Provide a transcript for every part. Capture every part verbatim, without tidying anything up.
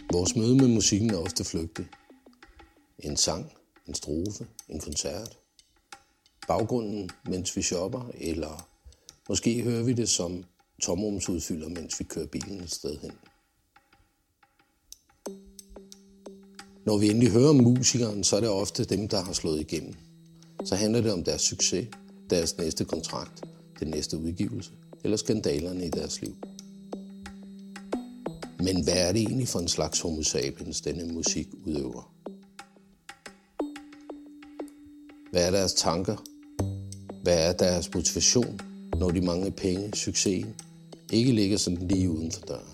Vores møde med musikken er ofte flygtig. En sang, en strofe, en koncert. Baggrunden, mens vi shopper, eller måske hører vi det som tomrumsudfylder, mens vi kører bilen et sted hen. Når vi endelig hører om musikeren, så er det ofte dem, der har slået igennem. Så handler det om deres succes, deres næste kontrakt, den næste udgivelse eller skandalerne i deres liv. Men hvad er det egentlig for en slags homo sapiens, denne musik udøver? Hvad er deres tanker? Hvad er deres motivation, når de mange penge, succesen, ikke ligger sådan lige uden for døren?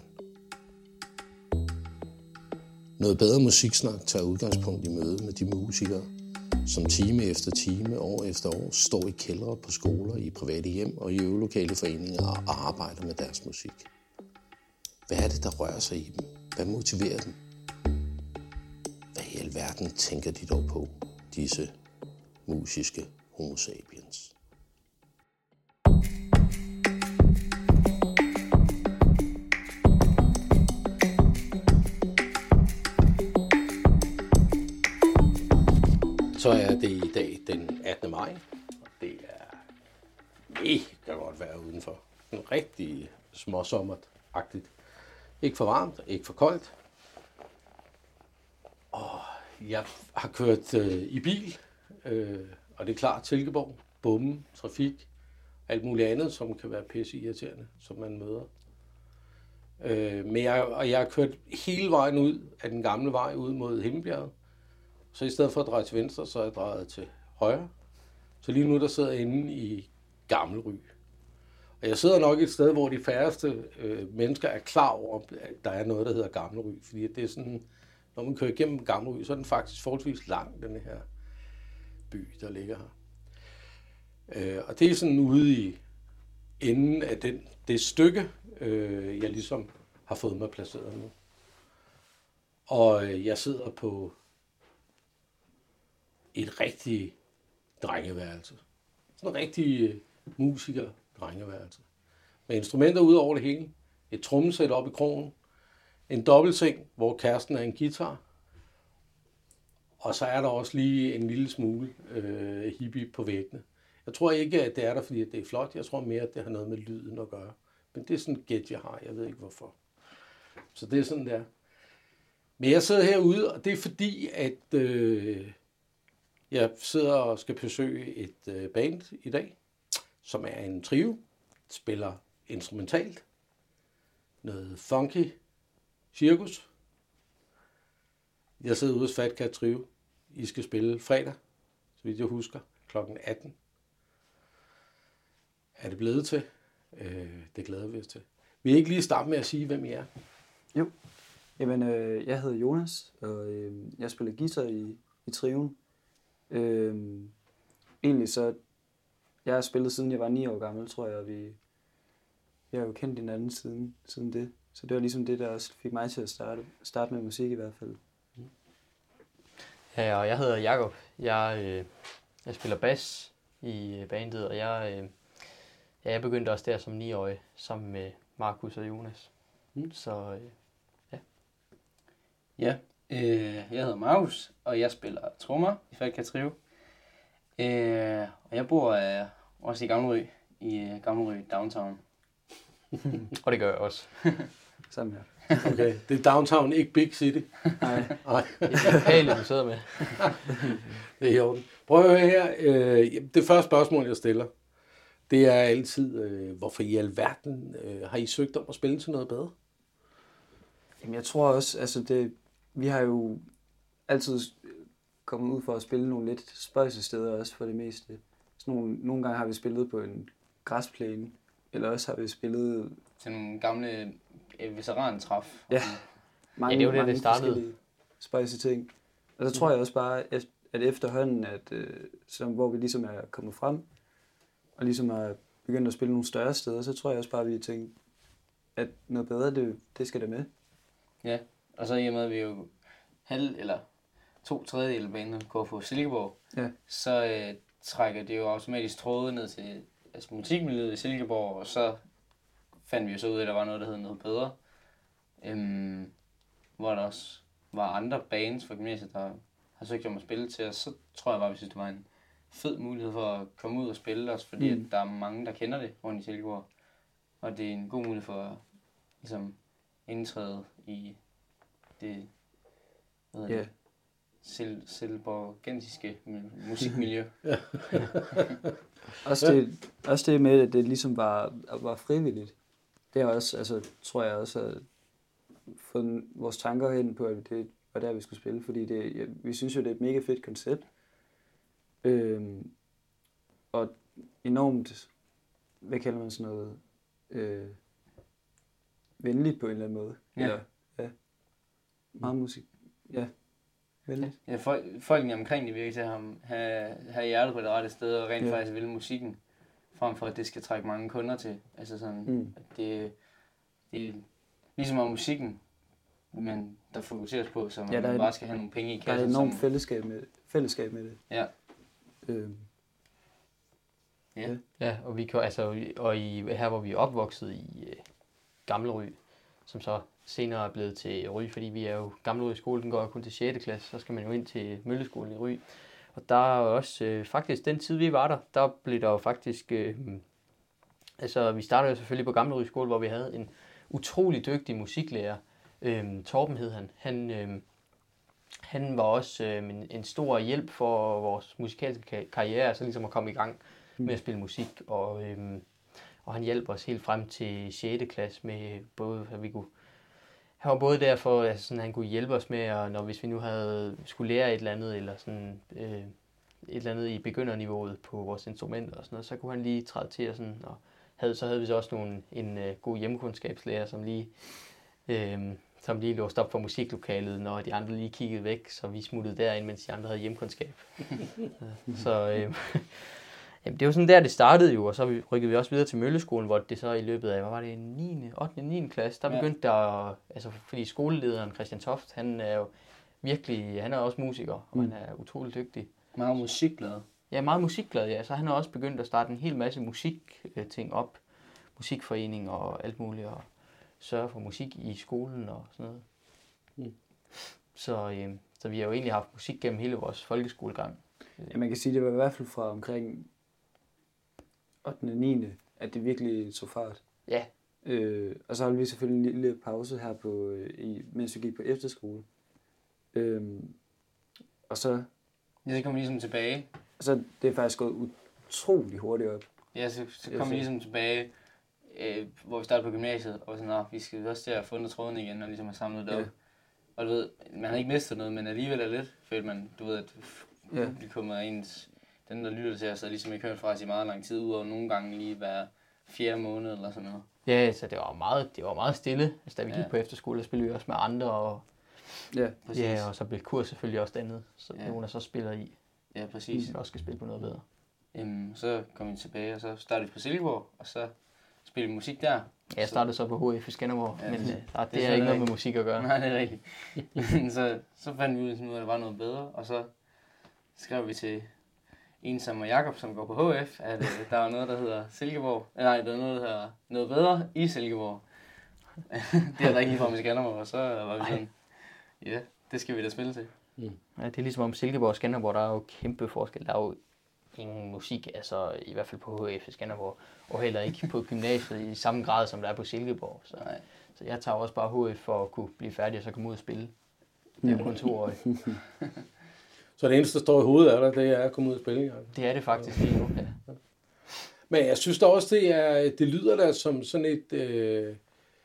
Noget bedre musiksnak tager udgangspunkt i møde med de musikere, som time efter time, år efter år, står i kældre på skoler, i private hjem og i øvelokale foreninger og arbejder med deres musik. Hvad er det, der rører sig i dem? Hvad motiverer dem? Hvad i alverden tænker de dog på, disse musiske homo sapiens? Så er det i dag den attende maj, og det er mega godt vejr udenfor. En rigtig småsommeragtigt. Ikke for varmt, ikke for koldt. Og jeg har kørt øh, i bil, øh, og det er klart Silkeborg, bombe, trafik, alt muligt andet, som kan være pisse irriterende, som man møder. Øh, men jeg, og jeg har kørt hele vejen ud af den gamle vej ud mod Himmelbjerget. Så i stedet for at dreje til venstre, så er jeg drejet til højre. Så lige nu der sidder jeg inde i Gammelry. Og jeg sidder nok et sted, hvor de færreste øh, mennesker er klar over, at der er noget, der hedder Gammelry. Fordi det er sådan, når man kører igennem Gammelry, så er den faktisk forholdsvis lang, den her by, der ligger her. Øh, og det er sådan ude i enden af den, det stykke, øh, jeg ligesom har fået mig placeret nu. Og øh, jeg sidder på et rigtigt drengeværelse. Sådan en rigtig musiker-drengeværelse. Med instrumenter ud over det hele. Et trommesæt op i krogen. En dobbeltseng, hvor kæresten er en guitar. Og så er der også lige en lille smule øh, hippie på væggene. Jeg tror ikke, at det er der, fordi det er flot. Jeg tror mere, at det har noget med lyden at gøre. Men det er sådan et gæt, jeg har. Jeg ved ikke hvorfor. Så det er sådan der. Men jeg sidder herude, og det er fordi, at øh, jeg sidder og skal besøge et øh, band i dag, som er en trio, spiller instrumentalt, noget funky cirkus. Jeg sidder ude hos Fat Cat Trio. I skal spille fredag, så vidt jeg husker, klokken atten. Er det blevet til? Øh, det glæder vi os til. Vil I ikke lige starte med at sige, hvem I er? Jo. Jamen, øh, jeg hedder Jonas, og øh, jeg spiller guitar i, i trioen. Øh, egentlig så, jeg har spillet siden jeg var ni år gammel, tror jeg, og vi, vi har jo kendt hinanden siden, siden det. Så det var ligesom det, der også fik mig til at starte, starte med musik i hvert fald. Ja, og jeg hedder Jakob. Jeg, øh, jeg spiller bas i bandet, og jeg, øh, ja, jeg begyndte også der som niårig, sammen med Markus og Jonas. Mm. Så øh, ja. Ja, øh, jeg hedder Markus, og jeg spiller trommer i Fat Cat Trio. Øh, og jeg bor øh, også i Gammelry, i øh, Gammelry Downtown. Og det gør jeg også. Sammen her. Okay, det er downtown, ikke big city. Nej. Nej. Det er lokalet, du sidder med. Det er i orden. Prøv at høre her. Øh, det første spørgsmål, jeg stiller, det er altid, øh, hvorfor i alverden øh, har I søgt om at spille til noget bedre? Jamen, jeg tror også, altså det, vi har jo altid kommet ud for at spille nogle lidt spøjse steder også for det meste. Så nogle, nogle gange har vi spillet på en græsplæne, eller også har vi spillet Til nogle gamle øh, veterantræf. ja, mange, Ja, det var det, mange det startede. forskellige spøjse ting. Og så tror jeg også bare, at efterhånden, at, øh, som, hvor vi ligesom er kommet frem, og ligesom er begyndt at spille nogle større steder, så tror jeg også bare, at vi tænker, at noget bedre, det, det skal der med. Ja, og så i og med, at vi jo halv eller to tredjedel af banen går på Silkeborg, Ja. så øh, trækker det jo automatisk tråde ned til altså, musikmiljøet i Silkeborg, og så fandt vi jo så ud af, at der var noget, der hed noget bedre. Øhm, hvor hvor der også var andre bands fra gymnasiet, der har søgt om at spille til, og så tror jeg bare, vi synes, det var en fed mulighed for at komme ud og spille, også fordi mm. at der er mange, der kender det rundt i Silkeborg. Og det er en god mulighed for ligesom indtræde i det, hvad hedder yeah. det, Sil- silborgensiske musikmiljø. også, det, også det med, at det ligesom var, var frivilligt. Det er også, altså, tror jeg også, at få vores tanker hen på, at det var der, vi skulle spille, fordi det, ja, vi synes jo, det er et mega fedt koncept. Øhm, og enormt, hvad kalder man sådan noget, øh, venligt på en eller anden måde. Ja. Eller, ja. Meget musik. Ja. Venligt. Ja, folk, folkene omkring det virker til at have, have, have hjertet på det rette sted, og rent ja. faktisk ville musikken, frem for at det skal trække mange kunder til. Altså sådan, mm. at det, det er ligesom om musikken, men der fokuseres på, så man ja, bare skal have nogle penge i kassen. Der er et enormt som, fællesskab med, fællesskab med det. Ja. Øhm. Ja. Ja, og vi kan altså og i her hvor vi er opvokset i øh, Gammelry, som så senere er blevet til Ry, fordi vi er jo Gammelry skole, den går jo kun til sjette klasse, så skal man jo ind til Mølleskolen i Ry. Og der er også øh, faktisk den tid vi var der, der blev der jo faktisk øh, altså vi startede jo selvfølgelig på Gammelry skole, hvor vi havde en utrolig dygtig musiklærer. Øh, Torben hed han. Han øh, han var også øh, en, en stor hjælp for vores musikalske karriere, så ligesom at komme i gang med at spille musik, og, øhm, og han hjalp os helt frem til sjette klasse med både, at vi kunne, han var både der for, at sådan, han kunne hjælpe os med, at når hvis vi nu havde skulle lære et eller andet, eller sådan, øh, et eller andet i begynderniveauet på vores instrumenter og sådan noget, så kunne han lige træde til, og, sådan, og havde, så havde vi så også nogle, en øh, god hjemmekundskabslærer, som lige, øh, som lige låste op for musiklokalet, når de andre lige kiggede væk, så vi smuttede derind, mens de andre havde hjemmekundskab. så øh, Jamen, det var sådan der, det startede jo, og så rykkede vi også videre til Mølleskolen, hvor det så i løbet af, hvad var det, niende, ottende og niende klasse, der begyndte der, altså fordi skolelederen Christian Toft, han er jo virkelig, han er også musiker, og mm. han er utrolig dygtig. Meget musikglad. Ja, meget musikglad, ja. Så han har også begyndt at starte en hel masse musikting op, musikforening og alt muligt, og sørge for musik i skolen og sådan noget. Mm. Så, øh, så vi har jo egentlig haft musik gennem hele vores folkeskolegang. Ja, man kan sige, det var i hvert fald fra omkring ottende og niende at det virkelig tog fart. Ja. Øh, og så har vi selvfølgelig en lille pause her, på, i, mens vi gik på efterskole. Øh, og så... Ja, så kom vi ligesom tilbage. Så det er faktisk gået utrolig hurtigt op. Ja, så, så kom vi ligesom tilbage, øh, hvor vi startede på gymnasiet, og sådan, vi skal også til at have fundet tråden igen, og ligesom have samlet det op. Ja. Og du ved, man har ikke mistet noget, men alligevel er lidt, følte man, du ved, at ja. Det kommer ens, den der lytter til os, har ligesom ikke hørt fra os i meget lang tid, udover nogle gange lige hver fjerde måned eller sådan noget. Ja, så det var meget, det var meget stille. Altså, da vi ja. gik på efterskole, der spillede vi også med andre, og, ja, ja, og så blev kurs selvfølgelig også dannet, så ja. Nogen der så spiller i. Ja, præcis. Vi også skal spille på noget bedre. Øhm, så kom vi tilbage, og så startede vi på Silkeborg, og så spillede vi musik der. Ja, jeg startede så på H F i Skanderborg, ja, men øh, der, det, det er ikke noget med musik at gøre. Nej, det er rigtigt. så, så fandt vi ud af, at der var noget bedre, og så skrev vi til en som Jakob, som går på H F, at øh, der var noget, der hedder Silkeborg. Nej, der er noget, der hedder noget bedre i Silkeborg. det er der ikke lige fra med Skanderborg, og så var vi sådan, ja, det skal vi da spille til. Mm. Ja, det er ligesom om Silkeborg og Skanderborg, der er jo kæmpe forskel. Der er jo ingen musik, altså i hvert fald på H F i Skanderborg, og heller ikke på gymnasiet i samme grad, som der er på Silkeborg. Så, så jeg tager også bare H F for at kunne blive færdig og så komme ud og spille. Det er jo kun to år. Så det eneste, der står i hovedet af dig, det er at komme ud og spille. Altså. Det er det faktisk lige nu, ja. Men jeg synes da også, det, er, det lyder da som sådan et, øh,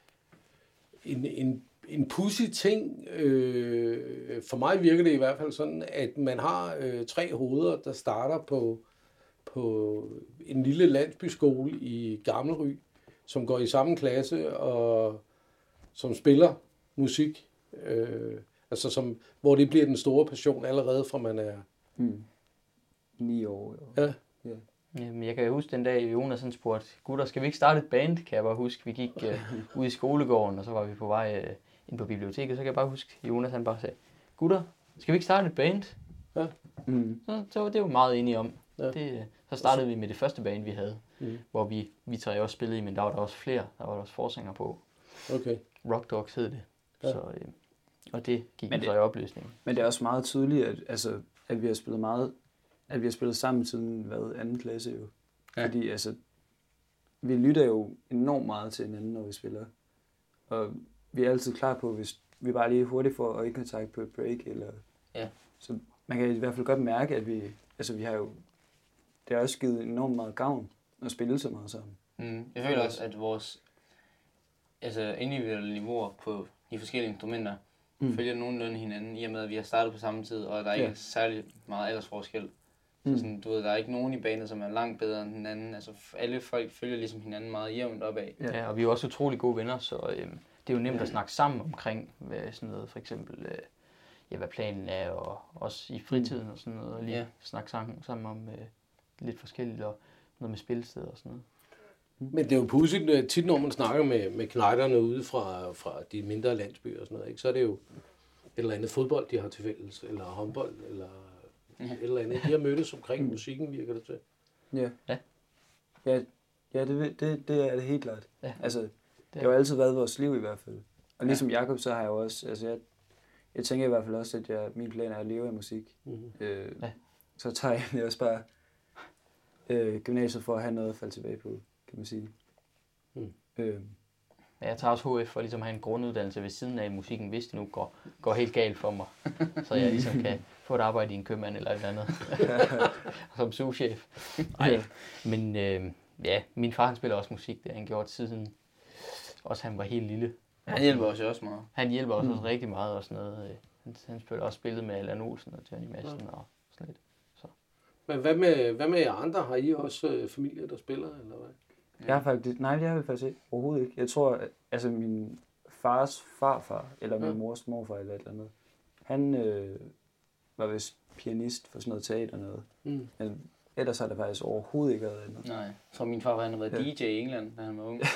en, en, en pudsig ting. Øh, for mig virker det i hvert fald sådan, at man har øh, tre hoveder, der starter på, på en lille landsbyskole i Gammelry, som går i samme klasse og som spiller musik. Øh, altså som, hvor det bliver den store passion allerede fra man er mm. ni år. Jo. Ja. Ja. Jamen, jeg kan jo huske den dag, Jonas han spurgte, gutter, skal vi ikke starte et band? Kan jeg bare huske, vi gik uh, ud i skolegården, og så var vi på vej uh, ind på biblioteket, så kan jeg bare huske, Jonas han bare sagde, gutter, skal vi ikke starte et band? Ja. Mm. Så, så var det jo meget enige om. Ja. Det, så startede vi med det første band, vi havde, mm. hvor vi, vi tre også spillede i, men der var der også flere, der var der også forsanger på. Okay. Rock Dogs hed det. Ja. Så, øh, Og det gik Men det, det- så i opløsning. Men det er også meget tydeligt, at, altså, at vi har spillet meget, at vi har spillet sammen siden hvad, anden klasse jo. Ja. Ja. Fordi altså, vi lytter jo enormt meget til hinanden, når vi spiller. Og vi er altid klar på, hvis vi bare lige hurtigt får øjekontakt på et break. Eller... Ja. Så man kan i hvert fald godt mærke, at vi, altså vi har jo, det har også givet enormt meget gavn at spille så meget sammen. Mm. Jeg føler også, at vores altså individuelle niveauer på de forskellige instrumenter mm. følger nogenlunde hinanden, i og med, at vi har startet på samme tid, og der ikke Ja. er særlig meget aldersforskel. Mm. Så sådan, du ved, der er ikke nogen i banen, som er langt bedre end hinanden. Altså, alle folk følger ligesom hinanden meget jævnt opad. Ja. Ja, og vi er jo også utrolig gode venner, så øhm, det er jo nemt at snakke sammen omkring hvad, sådan noget, for eksempel øh, ja, hvad planen er, og også i fritiden og sådan noget, og lige Ja. snakke sammen, sammen om øh, lidt forskelligt, og noget med spilsted og sådan noget. Men det er jo pudsigt, at tit når man snakker med, med knejderne ude fra, fra de mindre landsbyer og sådan noget, ikke, så er det jo et eller andet fodbold, de har til fælles, eller håndbold, eller et eller andet. De har mødtes omkring musikken, virker det til. Ja. Ja. Ja, ja det, det, det er det helt klart. Ja. Altså, det har jo altid været vores liv i hvert fald. Og ligesom ja. Jakob, så har jeg jo også, altså jeg, jeg tænker i hvert fald også, at jeg, min plan er at leve af musik. Mm-hmm. Øh, Ja. Så tager jeg egentlig også bare øh, gymnasiet for at have noget at falde tilbage på, kan man sige. Mm. Øh, Ja, jeg tager også H F for ligesom at have en grunduddannelse ved siden af musikken, hvis det nu går, går helt galt for mig. Så jeg ligesom kan få et arbejde i en købmand eller et eller andet. Som souschef. Nej, men øh, ja, min far han spiller også musik, det har han gjort siden, også han var helt lille. Han hjælper os jo også meget. Han hjælper også, mm. også rigtig meget og sådan noget. øh, Han, han spiller også spillet med Allan Olsen og Johnny Madsen ja. og sådan lidt. Men hvad med, hvad med jer andre? Har I også øh, familie, der spiller, eller hvad? Jeg har faktisk, nej, det har vi faktisk ikke. Overhovedet ikke. Jeg tror, at, altså min fars farfar, eller min Ja. mors morfar, eller et eller andet, han øh, var vist pianist for sådan noget teater noget. Mm. Men ellers har der faktisk overhovedet ikke været andet. Nej, jeg tror min far han har været Ja. D J i England, da han var ung.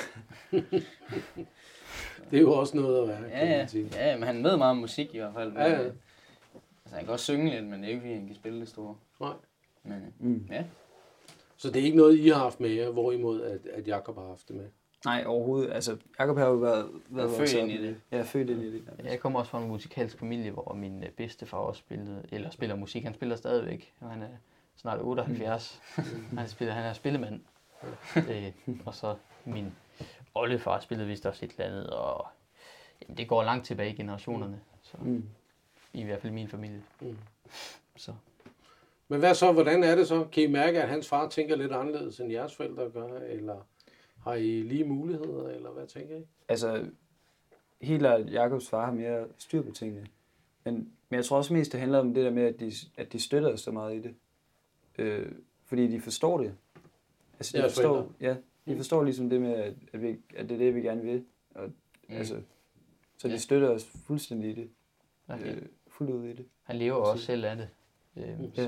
Det er jo også noget at være, Ja, kan ja. man sige. Ja, men han ved meget om musik i hvert fald. Ja, ja. Altså, han kan også synge lidt, men det er ikke fordi, han kan spille det store. Nej. Men Mm. ja, Så det er ikke noget, I har haft med jer, hvorimod at, at Jakob har haft det med? Nej, overhovedet. Altså, Jacob har jo været, været født vokset ind op i med det. Ja, født ind i det. Jeg kommer også fra en musikalsk familie, hvor min øh, bedstefar også spillede, eller spiller musik. Han spiller stadigvæk, og han er snart otteoghalvfjerds. Han, spiller, han er spillemand. øh, og så min oldefar spillede vist også et eller andet, og jamen, det går langt tilbage i generationerne. Så, Mm. i hvert fald min familie. Mm. Så. Men hvad så? Hvordan er det så? Kan I mærke, at hans far tænker lidt anderledes, end jeres forældre gør? Eller har I lige muligheder, eller hvad tænker I? Altså, helt klart, Jakobs far har mere styr på tingene. Men, men jeg tror også mest, det handler om det der med, at de, at de støtter os så meget i det. Øh, fordi de forstår det. Altså, de Jeres forstår, forældre? ja, de forstår ligesom det med, at, at, vi, at det er det, vi gerne vil. Og, Mm. altså, så de Ja. støtter os fuldstændig i det. Okay. Øh, fuldt ud i det. Han lever jo også selv af det. Øh, Ja. så, øh,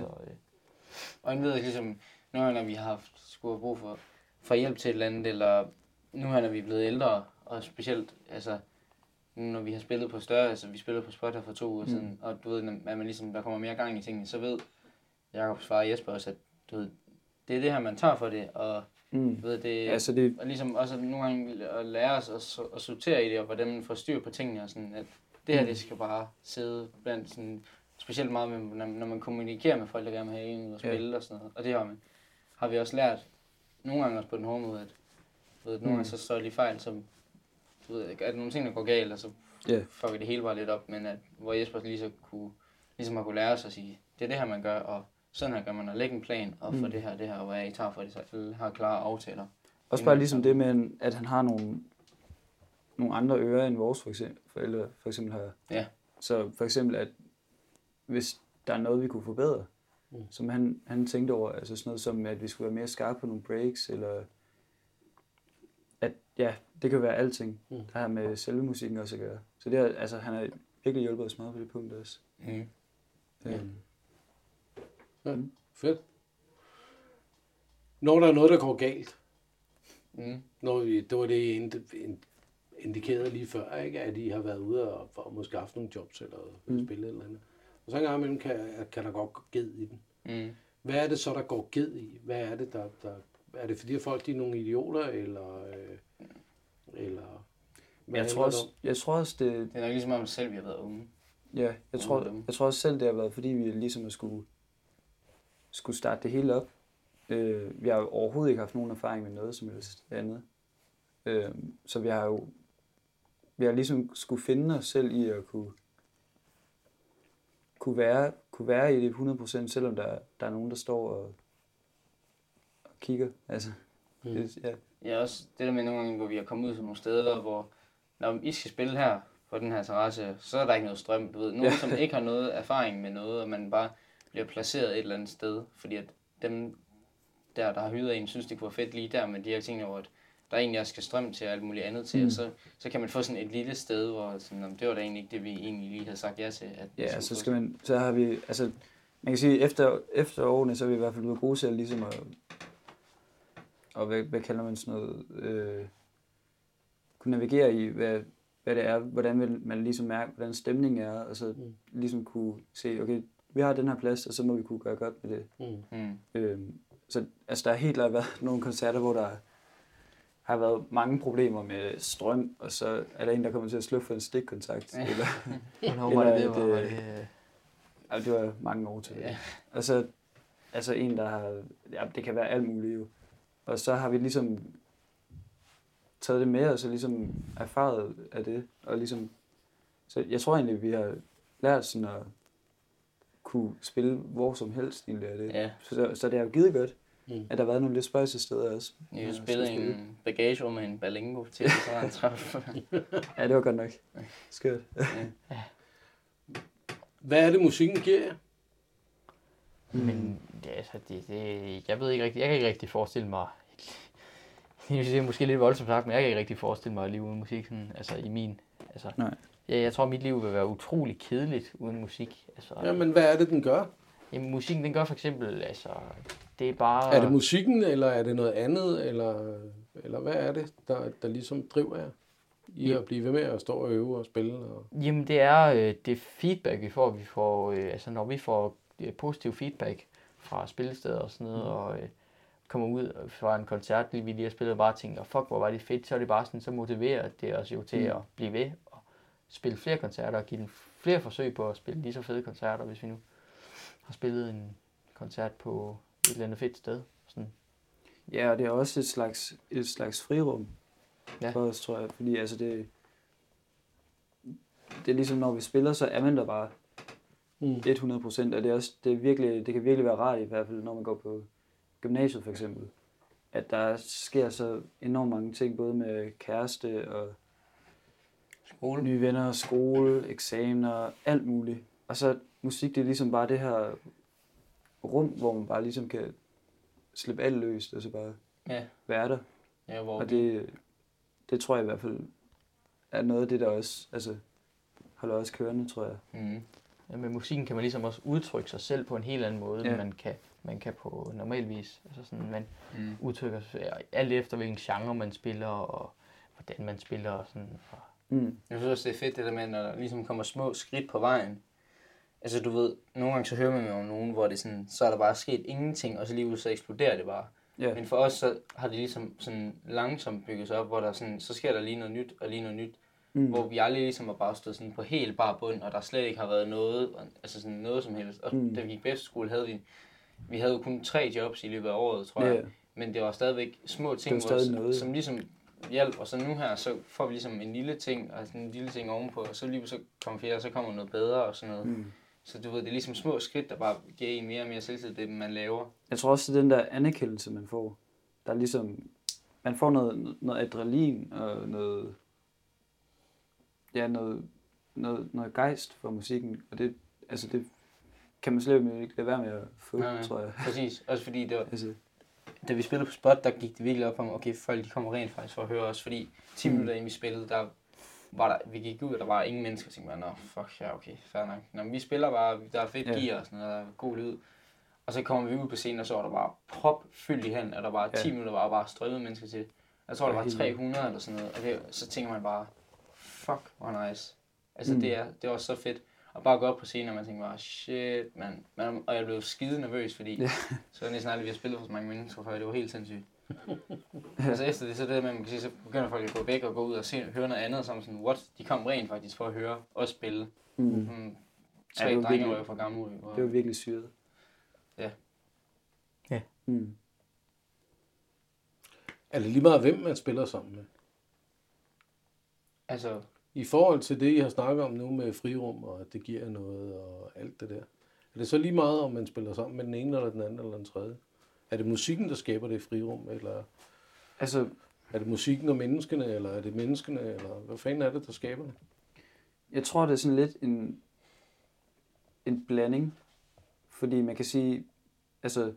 og han ved også ligesom, nu når vi har haft, skulle have brug for, for hjælp til et eller andet, eller nu her, når vi er blevet ældre, og specielt, altså, nu når vi har spillet på større, altså vi spillede på Spot her for to uger Mm. siden, og du ved, når at man ligesom, der kommer mere gang i tingene, så ved Jakobs far og Jesper også, at du ved, det er det her, man tager for det, og Mm. du ved, det, Altså, det, og ligesom også nogle gange at lære os at, so- at sortere i det, og hvordan man får styr på tingene, og sådan, at det her, det skal bare sidde blandt sådan, specielt meget med, når, når man kommunikerer med folk, der gerne vil have en ud og Ja. spille og sådan noget, og det har, man, har vi også lært, nogle gange også på den hårde måde, at du ved, nogle gange så står det lige fejl, som, du ved, at nogle ting, der går galt, og så Ja. fucker det hele bare lidt op, men at, hvor Jesper lige så kunne, ligesom har kunne lære os at sige, det er det her, man gør, og sådan her gør man, at lægge en plan, og for Mm. det her, det her, og hvad I tager for det, så alle har klare aftaler. også bare ligesom det med, at han har nogle, nogle andre ører end vores for eksempel, forældre for eksempel har. Ja. Så for eksempel, at hvis der er noget, vi kunne forbedre, Mm. som han, han tænkte over, altså sådan noget som, at vi skulle være mere skarpe på nogle breaks, eller at, ja, det kan være alting, Mm. der har med selve musikken også at gøre. Så det er, altså, han har virkelig hjulpet os meget på det punkt også. Mm. Øhm, Ja, fedt. Når der er noget, der går galt, Mm. når vi, det var det, I ind- ind- indikerede lige før, ikke? At I har været ude og, og måske haft nogle jobs eller Mm. spillet et eller andet. Og så en gang imellem kan, kan der godt gå ged i den. Mm. Hvad er det så, der går ged i? Hvad er det, der... der er det fordi, at folk de er nogle idioter, eller... Øh, eller Hvad Jeg tror handler det også, om? jeg tror også det, Det er nok ligesom om selv, vi har været unge. ja, jeg Nogle tror, af dem. jeg tror også selv, det har været, fordi vi ligesom har skulle, skulle starte det hele op. Øh, vi har jo overhovedet ikke haft nogen erfaring med noget som helst andet. Øh, så vi har jo, vi har ligesom skulle finde os selv i at kunne, kunne være, kunne være i det hundrede procent, selvom der, der er nogen, der står og, og kigger. Altså, Mm. det, ja. Ja, også det der med nogle gange, hvor vi har kommet ud til nogle steder, hvor når I skal spille her på den her terrasse, så er der ikke noget strøm, du ved. Nogen, Ja. som ikke har noget erfaring med noget, og man bare bliver placeret et eller andet sted, fordi at dem der, der har hyret en, synes det kunne være fedt lige der, men de her ting over, at der egentlig også skal strøm til og alt muligt andet til, Mm. og så, så kan man få sådan et lille sted, hvor sådan, "Nå, det var da egentlig ikke det, vi egentlig lige havde sagt ja til. At vi Ja, skulle så få." skal man, så har vi, altså, man kan sige, efter, efter årene, så er vi i hvert fald blevet gode til at ligesom at, og hvad, hvad kalder man sådan noget, øh, kunne navigere i, hvad, hvad det er, hvordan vil man ligesom mærke, hvordan stemningen er, og så Mm. ligesom kunne se, okay, vi har den her plads, og så må vi kunne gøre godt med det. Mm. Mm. Øh, så altså, der har helt klart været nogle koncerter, hvor der har været mange problemer med strøm, og så er der en, der kommer til at slukke for en stikkontakt, Ja. eller Hvornår var det, Eller det var, et, var øh, det, øh, ja, det var mange år til. Ja. Og så altså en, der har, ja, det kan være alt muligt jo. Og så har vi ligesom taget det med, og så ligesom erfaret af det. Og ligesom, så jeg tror egentlig, vi har lært sådan at kunne spille hvor som helst egentlig af det. Ja, Så, så det har jo givet godt, Mm. at der har været nogle lidt spøjse steder også. vi har jo Ja, spillet så spille. en bagagerum med en balingo til, så var en træf. Ja, det var godt nok. Skørt. Hvad er det, musikken giver jer? Men det, altså, det, det, jeg ved ikke rigtig, jeg kan ikke rigtig forestille mig, det er måske lidt voldsomt sagt, men jeg kan ikke rigtig forestille mig at leve uden musik, sådan, altså i min, altså, Nej. ja, jeg tror, mit liv vil være utrolig kedeligt uden musik, altså, Jamen, hvad er det, den gør? jamen, musikken, den gør for eksempel, altså, det er bare, Er det musikken, eller er det noget andet, eller, eller hvad er det, der, der ligesom driver jer i at blive ved med at stå og øve og spille? Og... jamen, det er øh, det feedback, vi får, vi får, øh, altså, når vi får øh, positiv feedback fra spillesteder og sådan noget, mm. og øh, kommer ud fra en koncert, vi lige har spillet, og bare tænker, fuck, hvor var det fedt, så er det bare sådan, så motiverer det os jo til mm. at blive ved og spille flere koncerter og give dem flere forsøg på at spille lige så fede koncerter, hvis vi nu har spillet en koncert på et eller andet fedt sted. Sådan. Ja, og det er også et slags, et slags frirum Ja. for os, tror jeg. Fordi altså det, det er ligesom, når vi spiller, så er man der bare Mm. hundrede procent, og det, er også, det, er virkelig, det kan virkelig være rart, i hvert fald når man går på gymnasiet for eksempel, at der sker så enormt mange ting, både med kæreste og Skole. nye venner, skole, eksamener, alt muligt. Og så musik, det er ligesom bare det her rum, hvor man bare ligesom kan slippe alt løst, og så bare Ja, være der. ja hvor Og vi, det, det tror jeg i hvert fald er noget af det, der også altså, holder os kørende, tror jeg. mm. Ja, med musikken kan man ligesom også udtrykke sig selv på en helt anden måde, Ja. end man kan, man kan på normal vis. Altså sådan, man Mm. udtrykker sig alt efter, hvilken genre man spiller, og hvordan man spiller. Og sådan. Og Mm. Jeg synes også, det er fedt det der med, når der ligesom kommer små skridt på vejen. Altså du ved, nogle gange så hører man jo om nogen, hvor det sådan, så er der bare sket ingenting, og så lige ud så eksploderer det bare. Ja. Men for os så har det ligesom sådan langsomt bygget sig op, hvor der sådan, så sker der lige noget nyt og lige noget nyt. Mm. Hvor vi aldrig ligesom har bare stået sådan på helt bare bund, og der slet ikke har været noget, altså sådan noget som helst. Og Mm. da vi gik på efterskole, havde vi, vi havde jo kun tre jobs i løbet af året, tror jeg. Ja. Men det var stadigvæk små ting, Det var stadig hvor, noget. som ligesom hjalp. Og så nu her, så får vi ligesom en lille ting, og sådan en lille ting ovenpå, og så lige så kommer flere, og så kommer noget bedre og sådan noget. Mm. Så du ved, det er ligesom små skridt, der bare giver en mere og mere selvtillid, det man laver. Jeg tror også, det er den der anerkendelse, man får. Der er ligesom, man får noget, noget adrenalin og noget, ja, noget, noget, noget gejst for musikken. Og det, altså det kan man slet ikke lade være med at få, Nej, nej. tror jeg. Præcis, også fordi det var, Altså, da vi spillede på spot, der gik det virkelig op om, okay, folk de kommer rent faktisk for at høre os, fordi ti Mm. minutter inden vi spillede, der var der, vi gik ud, og der var ingen mennesker, og tænkte bare, nå, fuck, ja, okay, fair nok. Nå, men vi spiller bare, der er fedt Ja. gear og sådan noget, der er god lyd. Og så kommer vi ud på scenen, og så var der bare prop fyldt i hen, og der var ti Ja. minutter, var bare strømmet mennesker til. Jeg tror, der Ja, var helt tre hundrede eller sådan noget, og det, så tænker man bare, fuck, hvor nice. Altså, Mm. det, er, det var så fedt. Og bare gå op på scenen, og man tænker bare, shit, man. man og jeg blev skide nervøs, fordi Ja. så er det næsten aldrig, vi har spillet for så mange mennesker før. Det var helt sindssygt. altså efter det, så det der med, man kan sige, så begynder folk at gå væk og gå ud og se, høre noget andet, som sådan, what? De kom rent faktisk for at høre os spille. Mm. Mm. Tre Ja, det var drenge virkelig- fra Gamle. Og... Det var virkelig syret. Ja. Ja. Mm. Er det lige meget, hvem man spiller sammen med? Altså, I forhold til det, I har snakket om nu med frirum, og at det giver noget, og alt det der. Er det så lige meget, om man spiller sammen med den ene, eller den anden, eller den tredje? Er det musikken, der skaber det frirum, eller Altså, er det musikken og menneskene, eller er det menneskene, eller hvad fanden er det, der skaber det? jeg tror, det er sådan lidt en, en blanding. Fordi man kan sige, altså,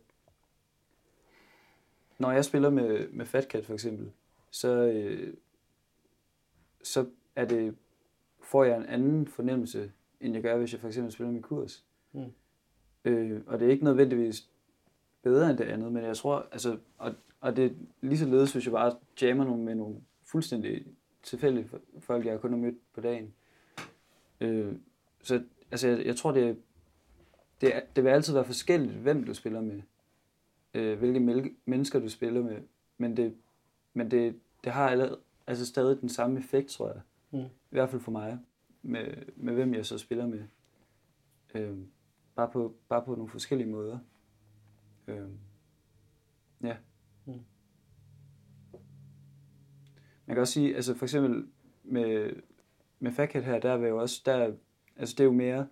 når jeg spiller med, med Fat Cat for eksempel, så, øh, så er det, får jeg en anden fornemmelse, end jeg gør, hvis jeg for eksempel spiller med Kurs. Mm. Øh, og det er ikke nødvendigvis bedre end det andet, men jeg tror, altså, og, og det er lige så ledes, hvis jeg bare jammer nogle med nogle fuldstændig tilfældige folk, jeg kun har mødt på dagen. Øh, så altså, jeg, jeg tror, det, er, det, er, det vil altid være forskelligt, hvem du spiller med, øh, hvilke mel- mennesker du spiller med, men det, men det, det har allerede, altså stadig den samme effekt, tror jeg. Mm. I hvert fald for mig, med, med hvem jeg så spiller med. Øh, bare, på, bare på nogle forskellige måder. Øh, ja. Mm. Man kan også sige, altså for eksempel med, med Fat Cat her, der er vi jo også, der, altså det er jo mere,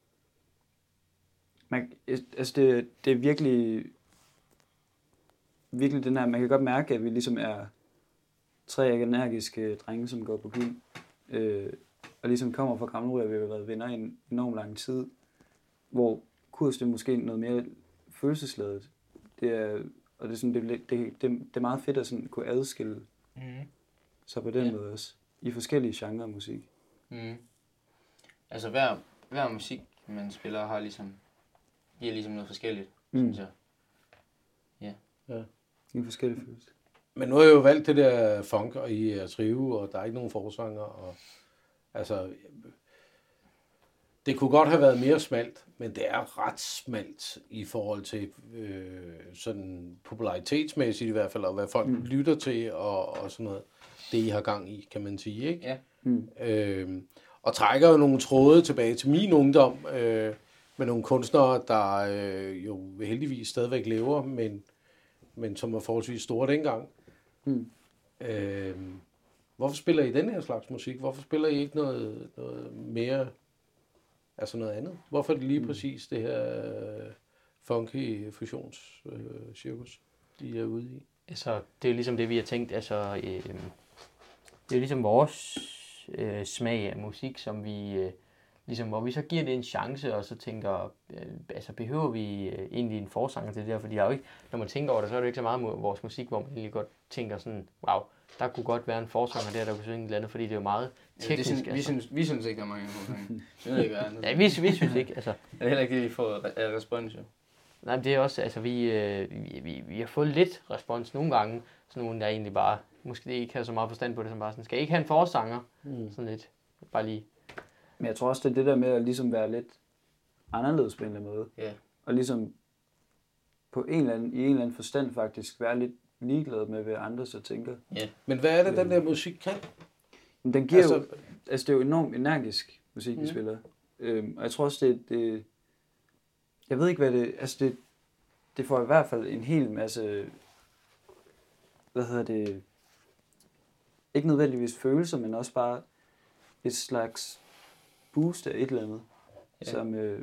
man, altså det, det er virkelig, virkelig den her, man kan godt mærke, at vi ligesom er tre energiske drenge, som går på gym, øh, og ligesom kommer fra Gamle, og vi har været venner i en enorm lang tid, hvor Kurs det er måske noget mere følelsesladet. Det er, og det er, sådan, det, det, det, det er meget fedt at sådan kunne adskille mm. sig på den Ja. måde også, i forskellige genrer af musik. Mm. Altså, hver, hver musik, man spiller, har ligesom, giver ligesom noget forskelligt, Mm. synes jeg. I forskellige følelser. Men nu har jeg jo valgt det der funk, og I er trive, og der er ikke nogen forsanger, og altså, det kunne godt have været mere smalt, men det er ret smalt i forhold til øh, sådan popularitetsmæssigt i hvert fald, og hvad folk mm. lytter til, og, og sådan noget. Det I har gang i, kan man sige, ikke? Ja. Mm. Øh, og trækker jo nogle tråde tilbage til min ungdom, øh, med nogle kunstnere, der øh, jo heldigvis stadigvæk lever, men, men som var forholdsvis store dengang. Mm. Øh, hvorfor spiller I den her slags musik? Hvorfor spiller I ikke noget, noget mere, altså noget andet? Hvorfor er det lige mm. præcis det her øh, funky fusionscirkus, øh, I er ude i? Altså, det er jo ligesom det, vi har tænkt. Altså, øh, det er jo ligesom vores øh, smag af musik, som vi, øh, ligesom, hvor vi så giver det en chance, og så tænker, øh, altså behøver vi øh, egentlig en forsanger til det der? Fordi der er jo ikke, når man tænker over det, så er det jo ikke så meget mod vores musik, hvor man egentlig godt tænker sådan, wow, der kunne godt være en forsanger der, der kunne synge et eller andet, fordi det er jo meget Ja, teknisk. det synes, vi, altså. synes, vi synes ikke, der er mange forsanger. Jeg ved ikke, hvad andet. Ja, vi, vi synes ikke, altså. Det er heller ikke det, vi får af respons, jo. Nej, men det er også, altså vi, øh, vi, vi, vi har fået lidt respons nogle gange, sådan nogle, der egentlig bare, måske ikke har så meget forstand på det, som bare sådan, skal I ikke have en forsanger? Mm. Sådan lidt, bare lige. Men jeg tror også, det er det der med at ligesom være lidt anderledes på en eller anden måde. Ja. Og ligesom på en eller anden, i en eller anden forstand faktisk være lidt ligeglad med, hvad andre så tænker. Ja. Men hvad er det, den der musik kan? Men den giver altså, Altså- jo, altså det er jo enormt energisk musik, vi Mm. spiller. Øhm, og jeg tror også, det, det, jeg ved ikke hvad det, altså det, det får i hvert fald en hel masse, hvad hedder det, ikke nødvendigvis følelser, men også bare et slags boost af et eller andet, Ja. som, øh,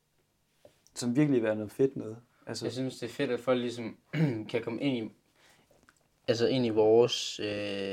som virkelig er noget fedt noget. Altså, Jeg synes, det er fedt, at folk ligesom kan komme ind i, altså ind i vores, øh,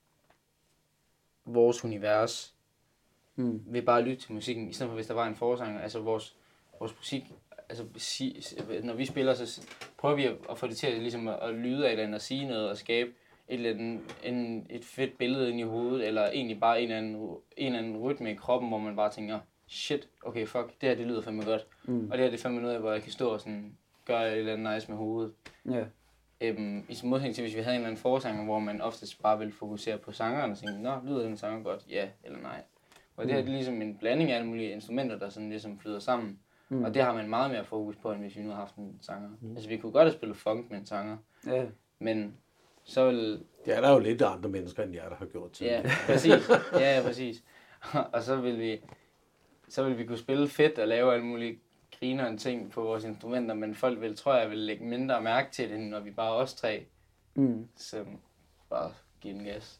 vores univers, mm, ved bare at lytte til musikken, i stedet for hvis der var en forsanger. Altså vores, vores musik, altså si, når vi spiller, så prøver vi at, at få det til at, ligesom at, at lyde af et eller andet, og sige noget, og skabe et, eller andet, en, et fedt billede ind i hovedet, eller egentlig bare en eller anden, en eller anden rytme i kroppen, hvor man bare tænker, shit, okay, fuck, det her, det lyder fandme godt. mm, Og det her, det er fandme noget, hvor jeg kan stå og sådan, gøre et eller andet nice med hovedet. ja, Øhm, I modsætning til, hvis vi havde en eller anden forsanger, hvor man oftest bare ville fokusere på sangeren og tænke, nå, lyder den sanger godt? Ja eller nej. Og det her det er ligesom en blanding af alle mulige instrumenter, der sådan ligesom flyder sammen. mm, Og det har man meget mere fokus på, end hvis vi nu har haft en sanger. Mm. Altså vi kunne godt have spillet funk med en sanger, ja, men så vil... Det er der jo lidt andre mennesker, end jeg, der har gjort til. Ja, præcis. Ja, ja, præcis. Og så vil vi, så vil vi kunne spille fedt og lave alle mulige grinerne ting på vores instrumenter, men folk vil, tror jeg, vil lægge mindre mærke til det, når vi bare er os tre, Mm. som bare giver den gas.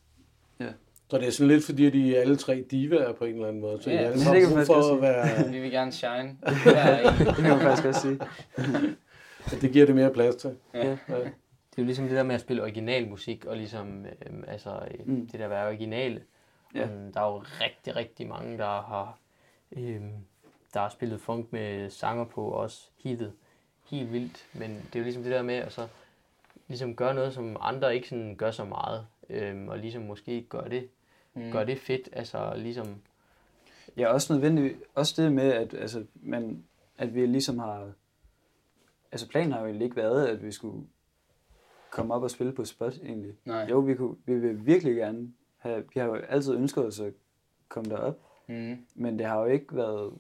Så det er sådan lidt, fordi de er alle tre divaer på en eller anden måde. Så Ja, ja, alle det har kan brug man for faktisk at være... Vi vil gerne shine. Hver en. Det kan man faktisk også sige. Det giver det mere plads til. Ja. Ja. Det er jo ligesom det der med at spille original musik, og ligesom øhm, altså, øh, Mm. det der at være originale. Ja. Um, der er jo rigtig, rigtig mange, der har, øhm, der har spillet funk med sanger på, og også hittet helt vildt. Men det er jo ligesom det der med at så, ligesom gøre noget, som andre ikke sådan gør så meget, øhm, og ligesom måske gøre det, Mm. gør det fedt. Altså ligesom, Ja, også nødvendigt, også det med, at, altså, man, at vi ligesom har, altså planen har jo egentlig ikke været, at vi skulle komme op og spille på spot egentlig. Nej. Jo, vi, kunne, vi vil virkelig gerne have, vi har jo altid ønsket os at komme derop, Mm. men det har jo ikke været,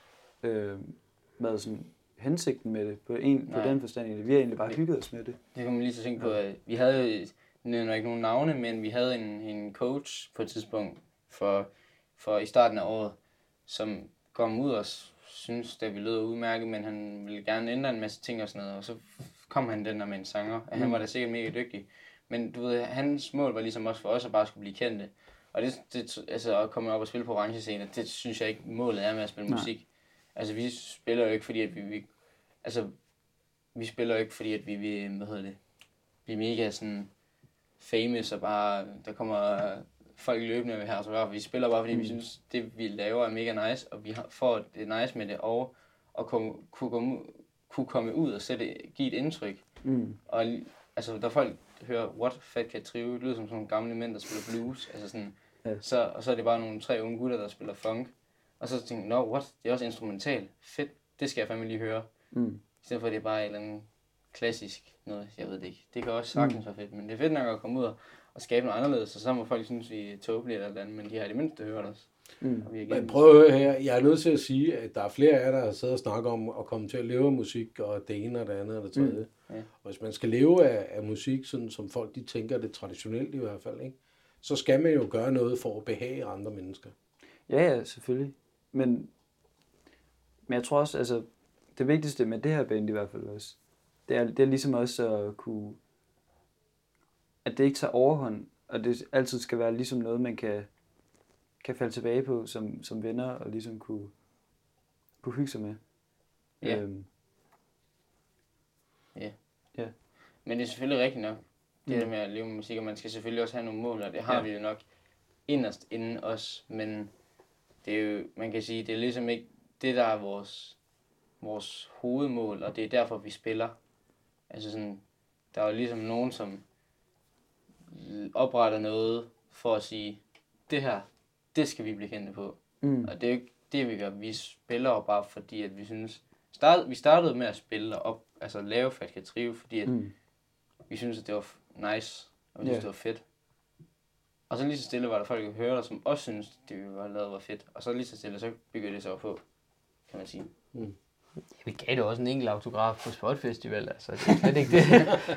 øh, været sådan hensigten med det, på, en, på Nej. den forstand egentlig. Vi har egentlig bare hygget os med det. Det kan man lige så tænke på, at vi havde, nævner ikke nogen navne, men vi havde en, en coach på et tidspunkt for, for i starten af året, som kom ud og synes, at vi lød udmærket, men han ville gerne ændre en masse ting og sådan noget, og så kom han den der med en sanger, og han var da sikkert mega dygtig. Men du ved, hans mål var ligesom også for os at bare skulle blive kendte. Og det, det altså at komme op og spille på orange scener, det synes jeg ikke målet er med at spille Nej. musik. Altså vi spiller jo ikke fordi at vi, vi altså vi spiller jo ikke fordi at vi vil, hvad hedder det, vi er mega sådan famous og bare der kommer folk løbende ved her, så vi spiller bare fordi mm. vi synes det vi laver er mega nice, og vi har, får det nice med det og og komme, kunne komme kunne komme ud og sætte give et indtryk. Mm. Og altså der folk hører what Fat Cat Trio, det lyder som sådan nogle gamle mænd der spiller blues, altså sådan Ja. så og så er det bare nogle tre unge gutter der spiller funk. Og så tænkte jeg, no, what? Det er også instrumental. Fedt. Det skal jeg fandme lige høre. Mm. I stedet for, at det er bare et eller andet klassisk noget. Jeg ved det ikke. Det kan også sagtens være fedt, men det er fedt nok at komme ud og, og skabe noget anderledes, og så må folk synes, vi er tåbelige eller et andet, men de har i det mindste hørt os. Mm. Og vi er Men igen. prøv at høre her. Jeg er nødt til at sige, at der er flere af jer, der har siddet og snakket om at komme til at leve af musik, og det ene og det andet og det tredje. Mm. Ja. Og hvis man skal leve af, af musik, sådan som folk de tænker det traditionelt i hvert fald, ikke? Så skal man jo gøre noget for at behage andre mennesker. Ja, ja, selvfølgelig. Men, men jeg tror også, altså, det vigtigste med det her band i hvert fald også, det er, det er ligesom også at kunne, at det ikke tager overhånd, og det altid skal være ligesom noget, man kan, kan falde tilbage på som, som venner, og ligesom kunne, kunne hygge sig med. Ja. Øhm, Men det er selvfølgelig rigtigt nok, det Mm. der med at leve med musik, og man skal selvfølgelig også have nogle mål, og det har Ja. ja. vi jo nok inderst inden os, men det er jo, man kan sige, det er ligesom ikke det, der er vores, vores hovedmål, og det er derfor, vi spiller. Altså sådan, der er jo ligesom nogen, som opretter noget for at sige, det her, det skal vi blive kendte på. mm, Og det er jo ikke det, vi gør. Vi spiller jo bare fordi, at vi synes... Start, vi startede med at spille og op, altså lave Fat Cat Trio, fordi at mm, vi synes, at det var f- nice, og vi synes, Ja. det var fedt. Og så lige så stille var der folk, der hørte, som også synes, det vi var lavet var fedt. Og så lige så stille, så byggede det sig op på, kan man sige. vi gav det også en enkelt autograf på Spot Festival, altså det er slet ikke det.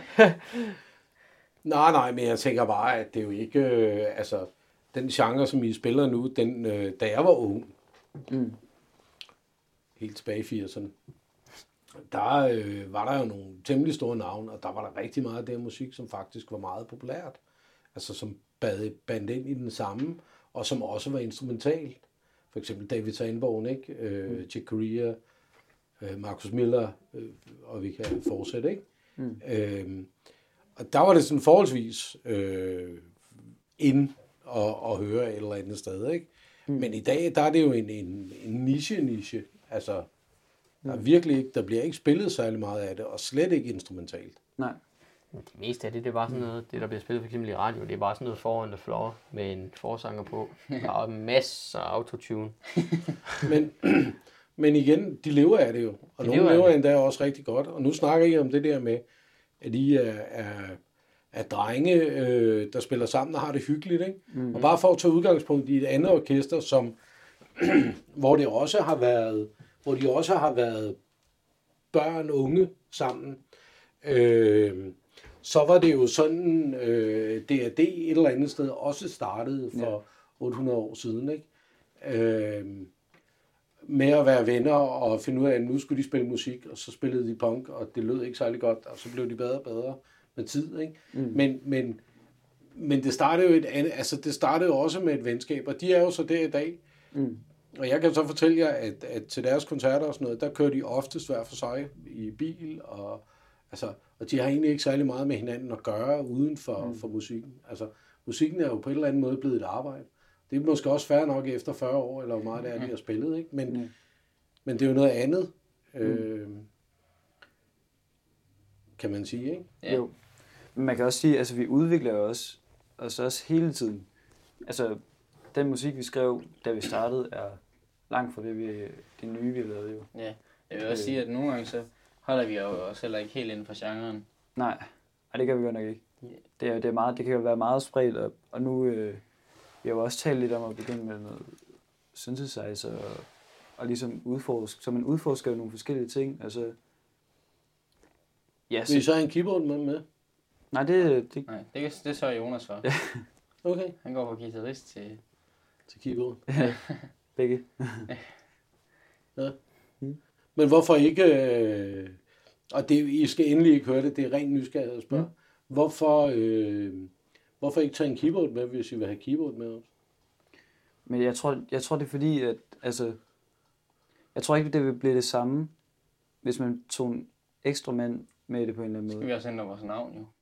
Nej, nej, men jeg tænker bare, at det er jo ikke... Øh, altså, den genre, som I spiller nu, den, øh, da jeg var ung, mm, helt tilbage i firserne, der øh, var der jo nogle temmelig store navne, og der var der rigtig meget af det her musik, som faktisk var meget populært. Altså som bad, bandt ind i den samme, og som også var instrumental. For eksempel David Sanborn, ikke? Øh, mm. Chick Corea, øh, Marcus Miller, øh, og vi kan fortsætte, ikke? Mm. Øh, og der var det sådan forholdsvis øh, ind at, at høre et eller andet sted, ikke? Mm. Men i dag, der er det jo en, en, en niche-niche. Altså, der, er virkelig ikke, der bliver ikke spillet særlig meget af det, og slet ikke instrumentalt. nej. Det meste af det, det er bare sådan noget, det der bliver spillet for eksempel i radio, det er bare sådan noget foran the floor med en forsanger på. Der er masser af autotune. Men, men igen, de lever af det jo. Og De nogle lever af lever det. endda også rigtig godt. Og nu snakker I om det der med, at I er, er, er drenge, øh, der spiller sammen og har det hyggeligt. Ikke? Mm-hmm. Og bare for at tage udgangspunkt i et andet orkester, som, hvor det også har været, hvor de også har været børn og unge sammen. Øh, så var det jo sådan, øh, D og D et eller andet sted også startede for ja. otte hundrede år siden, ikke? Øh, med at være venner og finde ud af, at nu skulle de spille musik, og så spillede de punk, og det lød ikke særlig godt, og så blev de bedre og bedre med tid, ikke? Mm. Men, men, men det startede jo et andet, altså det startede jo også med et venskab, og de er jo så der i dag. Mm. Og jeg kan så fortælle jer, at, at til deres koncerter og sådan noget, der kører de oftest hver for sig i bil, og, altså, og de har egentlig ikke særlig meget med hinanden at gøre uden for, mm. for musikken. Altså, musikken er jo på en eller anden måde blevet et arbejde. Det er måske også fair nok efter fyrre år, eller hvor meget det er, de har spillet, ikke? Men, mm. men det er jo noget andet, øh, kan man sige, ikke? Ja. Jo. Men man kan også sige, at altså, vi udvikler jo også, og så også hele tiden. Altså, den musik, vi skrev, da vi startede, er langt fra det, vi, det nye, vi lavede jo. Ja, jeg vil også sige, at nogle gange så holder vi jo også heller ikke helt inden for genren. Nej, Ej, det kan vi godt nok ikke. Det, er, det, er meget, det kan jo være meget spredt, og, og nu øh, vi har jo også talt lidt om at begynde med noget synthesizer, og, og ligesom udforske, så man udforsker jo nogle forskellige ting. Altså, ja, så... Vil I så have en keyboard med? med? Nej, det... det... Nej, det, det sørger Jonas for. Ja. Okay. Han går fra guitarist til... Til keyboard. Ja, begge. Ja. Hmm. Men hvorfor ikke... Øh... Og det, I skal endelig ikke høre det, det er rent nysgerrighed at spørge. Hmm. Hvorfor, øh... hvorfor ikke tage en keyboard med, hvis I vil have keyboard med os? Men jeg tror, jeg tror det er fordi, at... Altså, jeg tror ikke, det vil blive det samme, hvis man tog en ekstra mand med det på en eller anden måde. Skal vi også ændre vores navn, jo?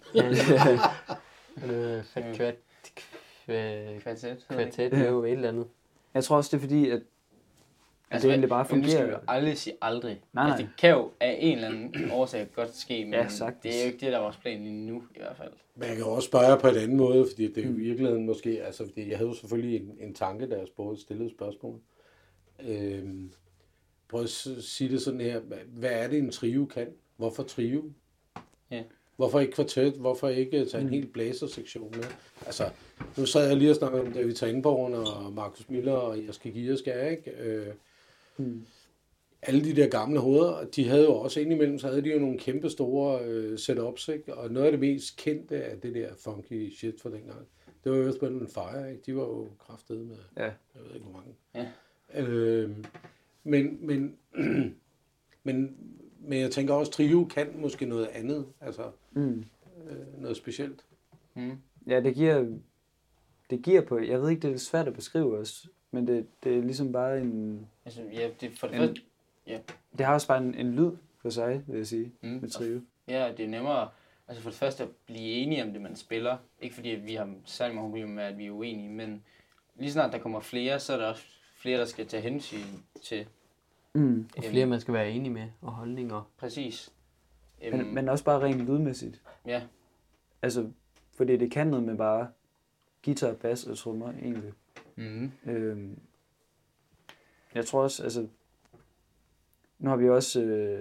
Øh, kvartet. Kvartet. Kvartet er jo et eller andet. Jeg tror også, det er fordi, at, at altså, det egentlig bare fungerer. Men nu skal vi aldrig sige aldrig. Nej, nej. Altså, det kan jo af en eller anden årsag godt ske, men ja, det er jo ikke det, der er vores plan lige nu, i hvert fald. Men jeg kan også spørge på en anden måde, fordi det er jo i virkeligheden måske, altså fordi jeg havde jo selvfølgelig en, en tanke, da jeg spurgte, stillede spørgsmål. Øhm, prøv at sige det sådan her, hvad er det en trio kan? Hvorfor trio? Ja. Hvorfor ikke kvartet? Hvorfor ikke tage en mm. hel blæsersektion med? Altså, nu sad jeg lige og snakkede om David Tanborn og Markus Miller og Jaske Gierskær, ikke? Øh, mm. Alle de der gamle hoveder, de havde jo også indimellem, så havde de jo nogle kæmpe store øh, setups, ikke? Og noget af det mest kendte af det der funky shit fra dengang, det var jo også en Fire, ikke? De var jo kraftede med, ja. Jeg ved ikke hvor mange. Ja. Øh, men, men, men, men jeg tænker også, trio kan måske noget andet, altså mm. øh, noget specielt. Mm. Ja, det giver, det giver på, jeg ved ikke, det er svært at beskrive os, men det, det er ligesom bare en... Altså, ja, det for det en, første, ja. Det har også bare en, en lyd for sig, vil jeg sige, mm. med trio. Ja, det er nemmere, altså for det første at blive enige om det, man spiller. Ikke fordi vi har særlig mange problemer med, at vi er uenige, men lige snart der kommer flere, så er der også flere, der skal tage hensyn til. Mm. Og flere, man skal være enige med, og holdninger. Præcis. Men, um, men også bare rent lydmæssigt. Ja. Altså, fordi det kan noget med bare guitar, bass og trommer, egentlig. Mm. Øhm, jeg tror også, altså, nu har vi også, øh,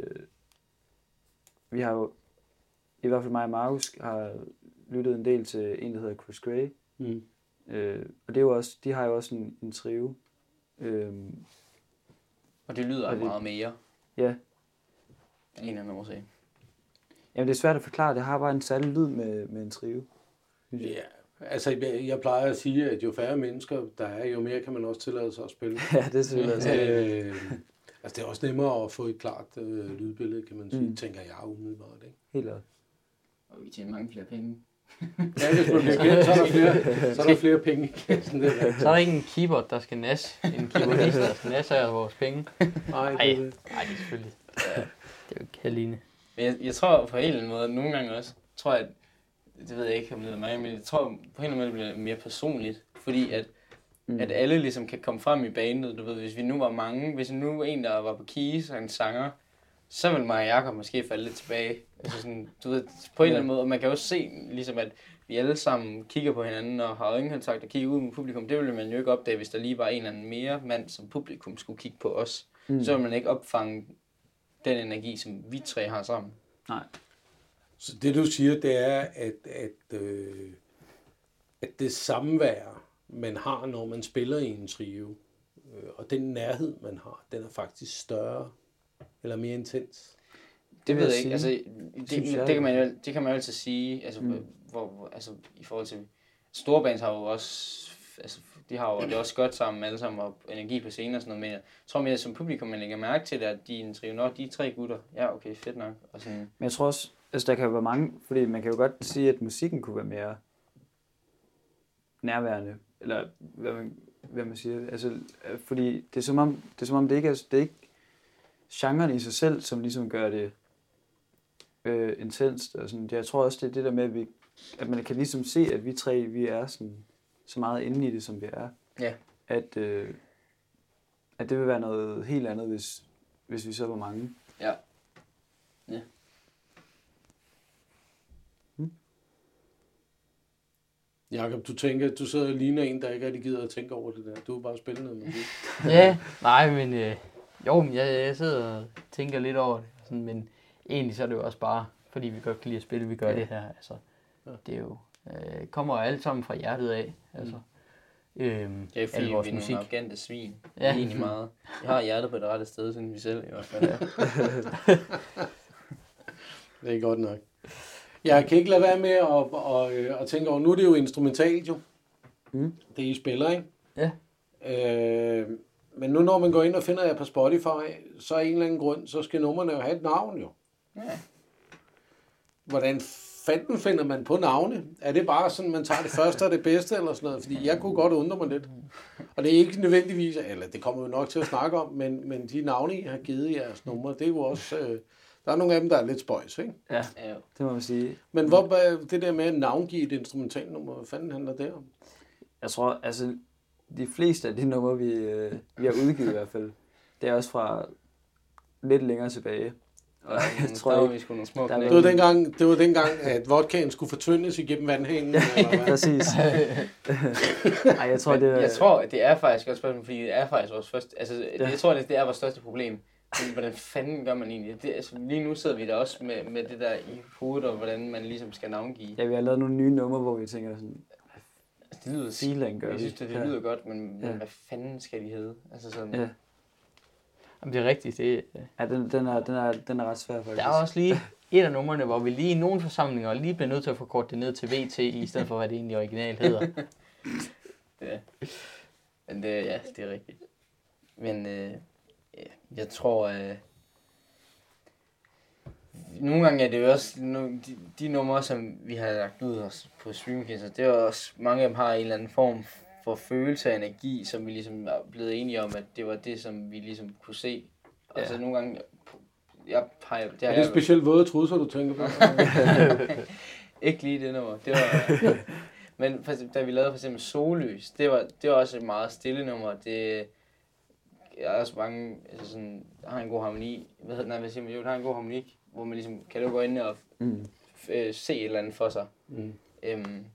vi har jo, i hvert fald mig og Markus, har lyttet en del til en, der hedder Chris Gray. Mm. Øh, og det er jo også, de har jo også en, en trio. Øhm, og det lyder og det, meget mere. Ja. En eller anden årsag. Jamen det er svært at forklare, det har bare en særlig lyd med, med en trio. Ja, altså jeg, jeg plejer at sige, at jo færre mennesker der er, jo mere kan man også tillade sig at spille. Ja, det er selvfølgelig også. øh, altså det er også nemmere at få et klart øh, lydbillede, kan man sige, mm. tænker jeg umiddelbart, ikke? Helt klart. Og vi tjener mange flere penge. Ja, hvis man bliver kendt, så er der flere, så er der flere penge. Sådan det der. Så er der ikke en keyboard, der skal nasse. En keyboardist, der skal nasse af vores penge. Nej, det, Ej, det er selvfølgelig. Ja, det er jo ikke Kaline. Men jeg, jeg tror på en eller anden måde, nogle gange også, tror jeg, det ved jeg ikke om det er mig, men jeg tror på en eller anden måde, det bliver mere personligt. Fordi at, mm. at alle ligesom kan komme frem i bandet, du ved, hvis vi nu var mange, hvis nu en, der var på keys og en sanger, så vil mig og Jacob måske falde lidt tilbage. Altså sådan, du ved, på en eller anden måde, og man kan også se, ligesom at vi alle sammen kigger på hinanden og har øjenkontakt og kigger ud med publikum. Det ville man jo ikke opdage, hvis der lige var en eller anden mere mand, som publikum skulle kigge på os. Mm. Så ville man ikke opfange den energi, som vi tre har sammen. Nej. Så det du siger, det er, at, at, øh, at det samvær, man har, når man spiller i en trio, øh, og den nærhed, man har, den er faktisk større eller mere intens. Det vil ved jeg jeg ikke. Altså, det, synes det, jeg. det, kan man jo, det kan man jo altid sige, altså, Mm. hvor, hvor, altså i forhold til... Storbands har jo også... Altså, de har jo det er også godt sammen alle sammen, og energi på scenen og sådan noget, men jeg tror mere, som publikum, man lægger mærke til det, at de er en trio. Nå, de er tre gutter. Ja, okay, fedt nok. Og sådan, Men jeg tror også, altså der kan jo være mange, fordi man kan jo godt sige, at musikken kunne være mere nærværende, eller hvad man, hvad man siger. Altså, øh, fordi det er som om, det er som om det ikke er, det er ikke genren i sig selv, som ligesom gør det øh, intenst. Og sådan. Jeg tror også, det er det der med, at, vi, at man kan ligesom se, at vi tre, vi er sådan, så meget inde i det, som vi er. Ja. At, øh, at det vil være noget helt andet, hvis, hvis vi så var mange. ja. Ja. Jakob, du tænker, du sidder og ligner en, der ikke rigtig gider at tænke over det der. Du er bare spille noget musik. Ja, nej, men øh, jo, men jeg, jeg sidder og tænker lidt over det. Sådan, men egentlig så er det jo også bare, fordi vi godt kan lide at spille, vi gør Ja. det her. Altså, det er jo, øh, kommer alt sammen fra hjertet af. Altså, øhm, Det er fordi, al vi vores er musik. nogle arrogante svin. Ja. Ja. Egentlig meget. Jeg har hjertet på det rette sted, synes vi selv i hvert fald. Det er godt nok. Jeg kan ikke lade være med at, at, at, at tænke over, nu er det jo instrumentalt jo. Mm. Det I spiller, ikke? Ja. Øh, men nu når man går ind og finder jer på Spotify, så af en eller anden grund, så skal numrene jo have et navn jo. Ja. Hvordan fanden finder man på navne? Er det bare sådan, man tager det første og det bedste eller sådan noget? Fordi jeg kunne godt undre mig lidt. Og det er ikke nødvendigvis, eller det kommer vi nok til at snakke om, men, men de navne, I har givet jeres numre, det er jo også... Øh, der er nogle af dem, der er lidt spøjs, ikke? Ja, Ja. det må man sige. Men hvor, hvad- det der med at navngive et instrumentalnummer, hvad fanden handler det om? Jeg tror, altså, de fleste af de numre, vi, øh, vi har udgivet i hvert fald, det er også fra lidt længere tilbage. Og jeg tror der var ikke, vi sgu nogle små der er Det knæ. var dengang, det var dengang at vodkaen skulle fortyndes igennem vandhængen, eller hvad? præcis. Ej, jeg tror, Men det er... jeg tror, det er faktisk godt spørgsmål, fordi det er faktisk vores første... Altså, Ja. jeg tror, det, det er vores største problem. Men hvordan fanden gør man egentlig? Det, altså, lige nu sidder vi der også med, med det der i hovedet, og hvordan man ligesom skal navngive. Ja, vi har lavet nogle nye numre, hvor vi tænker sådan, Altså, det lyder filan gør Jeg vi. synes, det, det Ja. lyder godt, men, Ja. men hvad fanden skal de hedde? Altså sådan... Ja. Jamen, det er rigtigt. Det, Ja, den, den, er, den, er, den er ret svær faktisk. der er også lige et af numrene, hvor vi lige i nogle forsamlinger lige bliver nødt til at forkorte det ned til V T, i stedet for hvad det egentlig originalt hedder. Ja. Men det, ja, det er rigtigt. Men øh, ja, jeg tror, øh, nogle gange er det jo også, nu, de, de numre, som vi har lagt ud os på streamingtjenester, det er også, mange af dem har en eller anden form for følelse af energi, som vi ligesom er blevet enige om, at det var det, som vi ligesom kunne se. Og Ja. så nogle gange, jeg har, det har Er det jeg, specielt våde trusser, du tænker på? ikke lige det nummer. Det var, men for, da vi lavede for eksempel Sollys, det var, det var også et meget stille nummer. Det er også mange, altså sådan, har en god harmoni. Hvad hedder, nej, hvad siger man? Jo, det har en god harmonik, hvor man ligesom kan du gå ind og Mm. øh, se et eller andet for sig. Mm. Øhm,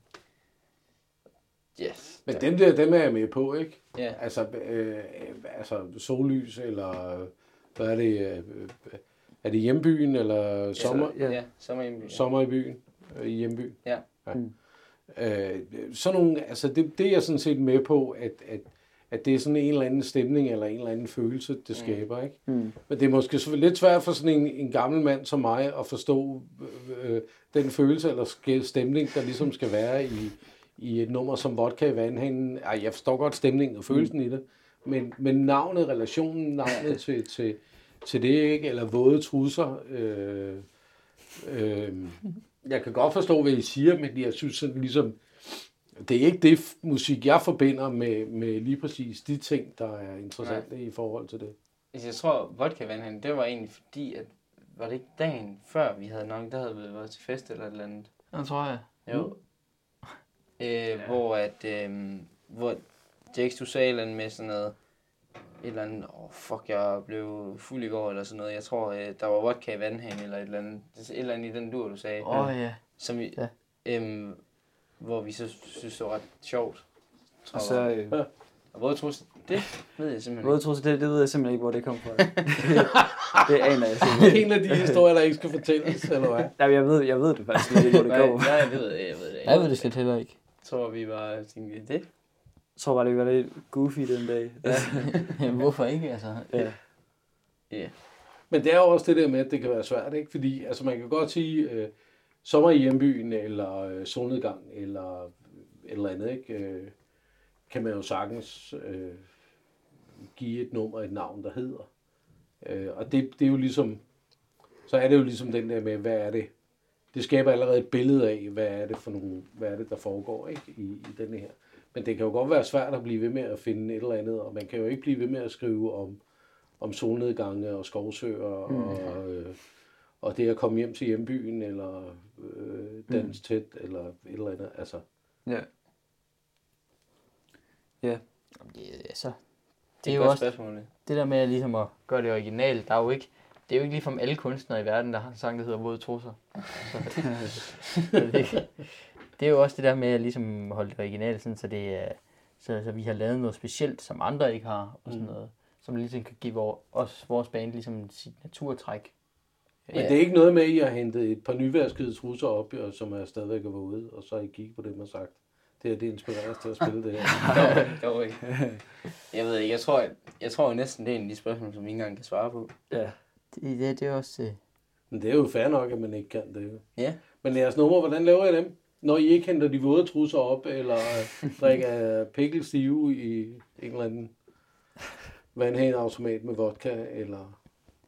yes. Men dem der, dem er jeg med på, ikke? Ja. Altså, øh, altså sollys, eller hvad er det? Øh, er det hjembyen, eller sommer, Ja. Ja, sommer hjemme. Ja. sommer i byen? Øh, I hjembyen? Ja. ja. Mm. Øh, sådan nogle, altså det, det er jeg sådan set med på, at, at, at det er sådan en eller anden stemning, eller en eller anden følelse, det skaber, ikke? Mm. Men det er måske så lidt svært for sådan en, en gammel mand som mig at forstå øh, den følelse eller ske- stemning, der ligesom skal være i, i et nummer som Vodka i vandhanen. Ej, jeg forstår godt stemningen og følelsen mm. i det, men, men navnet, relationen, navnet til, til, til det, ikke? Eller våde trusser. Øh, øh, jeg kan godt forstå, hvad I siger, men jeg synes sådan ligesom, det er ikke det f- musik, jeg forbinder med, med lige præcis de ting, der er interessante i forhold til det. Altså, jeg tror, vodka vandhænden, det var egentlig fordi, at var det ikke dagen før, vi havde nok, der havde vi været til fest eller et eller andet. Det tror jeg. Jo. Mm. Øh, ja. Hvor at, øh, hvor Jax, du sagde et eller andet med sådan noget, et eller andet, åh oh, fuck, jeg blev fuld i går eller sådan noget. Jeg tror, øh, der var vodka i vandhanen eller et eller andet, et eller andet i den dur, du sagde. Åh oh, ja. Som vi, Ja. øh, hvor vi så synes, det var ret sjovt. Tror Og så... jeg. Øh, Og våde trusser, det ved jeg simpelthen Våde ikke. trusser, det, det ved jeg simpelthen ikke, hvor det kom fra. det aner jeg simpelthen. Det er en af de historier, der ikke skal fortælles, eller hvad? Nej, jeg ved, jeg ved det faktisk ikke, hvor det Nej, kommer. nej, det ved jeg, jeg ved det ikke. Jeg ved det slet heller ikke. Jeg tror, vi bare tænkte, det Jeg tror bare, det var lidt goofy den dag. Hvorfor ikke, altså? Ja. Ja. Men det er jo også det der med, at det kan være svært, ikke? Fordi altså, man kan godt sige øh, sommer i hjembyen, eller øh, solnedgang, eller et eller andet, ikke? Øh, kan man jo sagtens øh, give et nummer, et navn, der hedder. Øh, og det, det er jo ligesom, så er det jo ligesom den der med, hvad er det? Det skaber allerede et billede af, hvad er det for nogle, hvad er det, der foregår, ikke? I, i denne her. Men det kan jo godt være svært at blive ved med at finde et eller andet, og man kan jo ikke blive ved med at skrive om, om solnedgange og skovsøer, mm. og, øh, og det at komme hjem til hjembyen, eller øh, dans mm. tæt, eller et eller andet, altså. Ja. Ja. Det, altså, det, det er er jo jo også spørgsmål. det der med ligesom at gøre det originalt. Der er jo ikke, det er jo ikke ligefrem alle kunstnere i verden, der har en sang, der hedder Våde Trusser. Så, så det, det er jo også det der med at ligesom holde det originalt, sådan, så, det er, så, så vi har lavet noget specielt, som andre ikke har, og sådan noget, som ligesom kan give vores, os, vores band ligesom sit naturtræk. Men det er ikke noget med, at I har hentet et par nyvaskede trusser op, og som er stadigvæk er ude, og så har I kigget på det, man har sagt. Det er det inspirerer os til at spille det her. Dog ikke. Jeg ved ikke, jeg tror, jeg, jeg tror næsten, det er en af de spørgsmål, som vi ikke engang kan svare på. Ja. Det, det, det er også... Øh... Men det er jo fair nok, at man ikke kan det. Ja. Men jeres nummer, hvordan laver I dem? Når I ikke henter de våde trusser op, eller drikker pickelstive i en eller anden vandhaneautomat med vodka, eller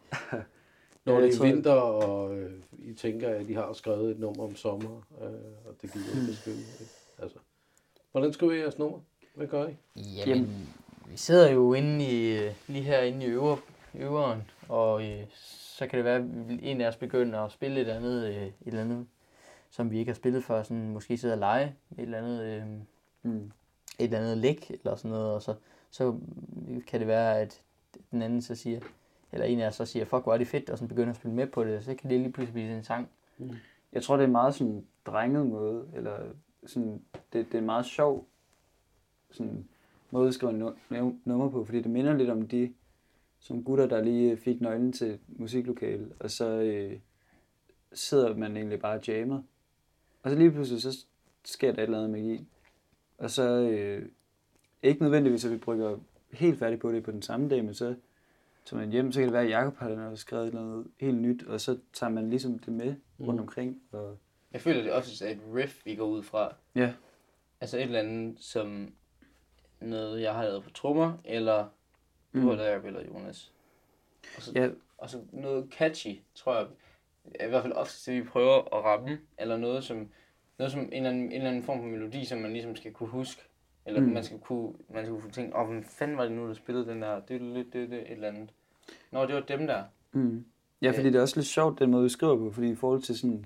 når det er vinter, og øh, I tænker, at de har skrevet et nummer om sommer, øh, og det gider ikke skrive. Altså, hvordan skriver I jeres nummer? Hvad gør I? Jamen, Jamen, vi sidder jo inde i, lige herinde i øver, øveren, og øh, så kan det være, at en af os begynder at spille et andet, øh, et eller andet, som vi ikke har spillet før, sådan måske sidder og lege et eller andet, øh, mm. et eller andet læk eller sådan noget, og så, så kan det være, at den anden så siger, eller en af os så siger, fuck, hvor er det fedt, og så begynder at spille med på det, og så kan det lige pludselig blive en sang. Mm. Jeg tror, det er en meget sådan drenget måde, eller sådan, det, det er en meget sjov sådan, måde at skrive en nummer på, fordi det minder lidt om de som gutter, der lige fik nøglen til musiklokale, og så øh, sidder man egentlig bare og jammer. Og så lige pludselig, så sker der et eller andet magi. Og så øh, ikke nødvendigvis, at vi brygger helt færdigt på det på den samme dag, men så tager man hjem, så kan det være, at Jacob har skrevet et eller andet helt nyt, og så tager man ligesom det med rundt mm. omkring. Og... Jeg føler, det også er et riff, vi går ud fra. Ja. Altså et eller andet, som noget, jeg har lavet på trommer, eller du mm. har lavet, eller Jonas. Og så, ja. og så noget catchy, tror jeg. I hvert fald ofte, det vi prøver at ramme, eller noget som, noget som en, eller anden, en eller anden form for melodi, som man ligesom skal kunne huske. Eller mm. man skal kunne, man skal kunne tænke, åh, oh, hvem fanden var det nu, der spillede den der, det det, det, det, et eller andet. Nå, det var dem der. Mm. Ja, fordi det er også lidt sjovt, den måde, vi skriver på, fordi i forhold til sådan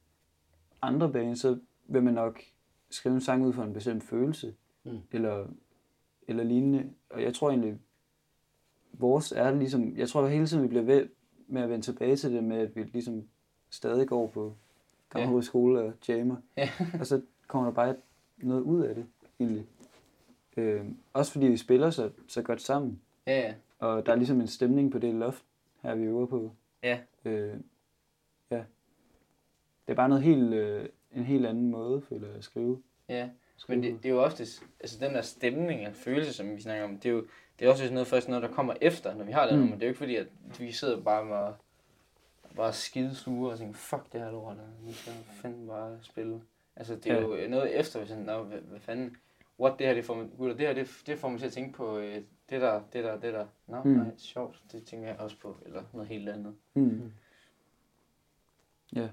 andre baner, så vil man nok skrive en sang ud fra en bestemt følelse, mm. eller, eller lignende. Og jeg tror egentlig, vores er ligesom, jeg tror hele tiden, vi bliver ved med at vende tilbage til det med, at vi ligesom stadig går på Gammelhoved ja. skole og jammer. Ja. Og så kommer der bare noget ud af det, egentlig. Øh, også fordi vi spiller så, så godt sammen. Ja, ja. Og der er ligesom en stemning på det loft, her vi øver på. Ja. Øh, ja. Det er bare noget helt, øh, en helt anden måde, føler jeg, at skrive. Ja, skrive. Men det, det er jo ofte, altså den der stemning og følelse, som vi snakker om, det er jo det er også noget først noget, der kommer efter, når vi har det, mm. men det er jo ikke fordi, at vi sidder bare med bare skide sluger og tænker, fuck det her lort, nu skal jeg fandme bare spille. Altså det er ja. jo noget efter, hvis sådan, nå, hvad, hvad fanden, what det her, det får, gutter, det her, det, det får mig til at tænke på øh, det der, det der, det der. Nå, mm. nej, sjovt, det tænker jeg også på, eller noget helt andet. Mm. Ja.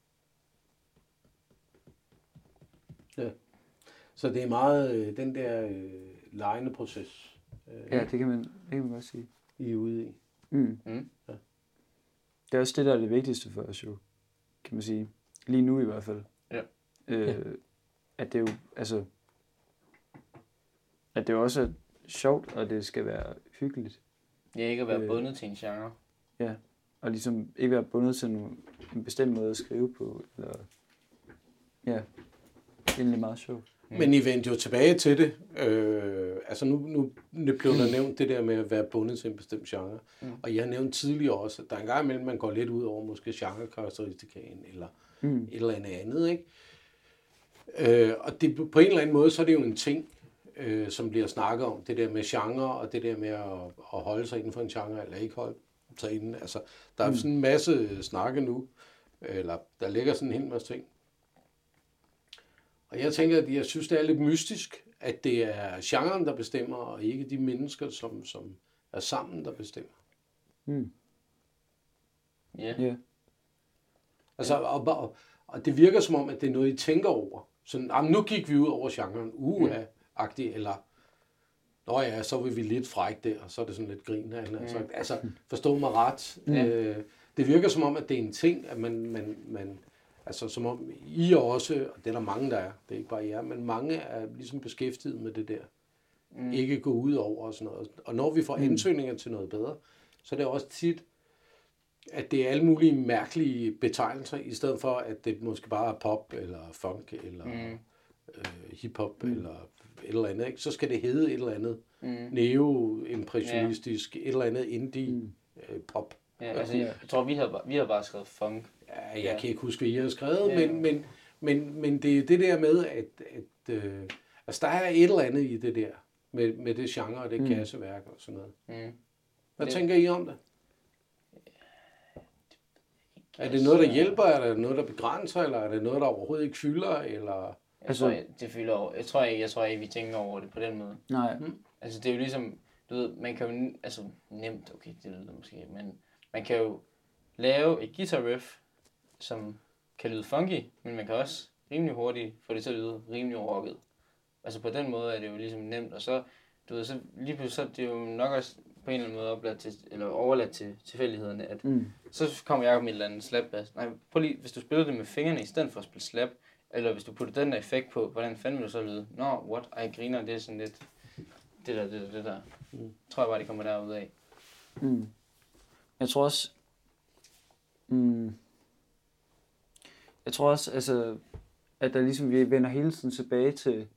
Ja. Så det er meget øh, den der øh, legende proces. Øh, ja, det kan, man, det kan man godt sige. I er ude i. Mm. Mm. Ja. Det er også det, der er det vigtigste for os jo, kan man sige. Lige nu i hvert fald. Ja. Øh, ja. At det jo, altså, at det jo også er sjovt, og det skal være hyggeligt. Ja, ikke at være øh, bundet til en genre. Ja, og ligesom ikke være bundet til en, en bestemt måde at skrive på, eller, ja, det er egentlig meget sjovt. Mm. Men I vendte jo tilbage til det. Øh, altså nu, nu blev der nævnt det der med at være bundet til en bestemt genre. Mm. Og jeg har nævnt tidligere også, at der er en gang imellem, man går lidt ud over måske genrekarakteristikaen, eller mm. et eller andet andet, ikke? Øh, og det, på en eller anden måde, så er det jo en ting, øh, som bliver snakket om. Det der med genre, og det der med at, at holde sig inden for en genre, eller ikke holde, Så inden, altså, der er jo sådan en masse snakke nu, eller der ligger sådan en hel masse ting. Og jeg tænker, at jeg synes, det er lidt mystisk, at det er genren, der bestemmer, og ikke de mennesker, som, som er sammen, der bestemmer. Mm. Ja. Ja. Altså, og, og, og det virker som om, at det er noget, I tænker over. Sådan, ah, nu gik vi ud over genren, uha-agtigt, eller nå ja, så vil vi lidt frække der, og så er det sådan lidt grin. Mm. Altså, altså, forstå mig ret. Mm. Øh, det virker som om, at det er en ting, at man, man, man altså som om I også, og det er der mange, der er, det er ikke bare jer, men mange er ligesom beskæftiget med det der. Mm. Ikke gå ud over og sådan noget. Og når vi får ansøgninger til noget bedre, så er det også tit, at det er alle mulige mærkelige betegnelser, i stedet for, at det måske bare er pop, eller funk, eller mm. øh, hiphop, mm. eller et eller andet. Ikke? Så skal det hedde et eller andet mm. neo-impressionistisk, yeah. et eller andet indie-pop. Mm. Ja, altså, jeg tror, vi har, vi har bare skrevet funk. Ja, jeg ja. kan ikke huske, hvad I har skrevet, ja. men, men, men, men det er det der med, at, at øh, altså, der er et eller andet i det der, med, med det genre og det mm. kasseværk og sådan noget. Mm. Hvad det... tænker I om det? Er det noget, der hjælper, er det noget, der begrænser, eller er det noget, der overhovedet ikke fylder, eller... Jeg tror, jeg, det fylder over. Jeg tror ikke, jeg tror ikke, vi tænker over det på den måde. Nej. Hmm. Altså, det er jo ligesom, du ved, man kan jo, altså, nemt, okay, det lyder måske, men man kan jo lave et guitar riff, som kan lyde funky, men man kan også rimelig hurtigt få det til at lyde rimelig rocket. Altså, på den måde er det jo ligesom nemt, og så, du ved, så lige pludselig, så er det jo nok også på en eller anden måde opladt til, eller overladt til tilfældighederne, at mm. så kommer jeg med et eller andet slap-bass. Nej, prøv lige, hvis du spiller det med fingrene i stedet for at spille slap, eller hvis du putter den der effekt på, hvordan fanden vil du så lyde? Nå, no, what? Ej, griner, det er sådan lidt, det der, det der, det der. Mm. Tror jeg bare, det kommer derud af. Mm. Jeg tror også, mm, jeg tror også, altså, at der ligesom, vi vender hele tiden tilbage til,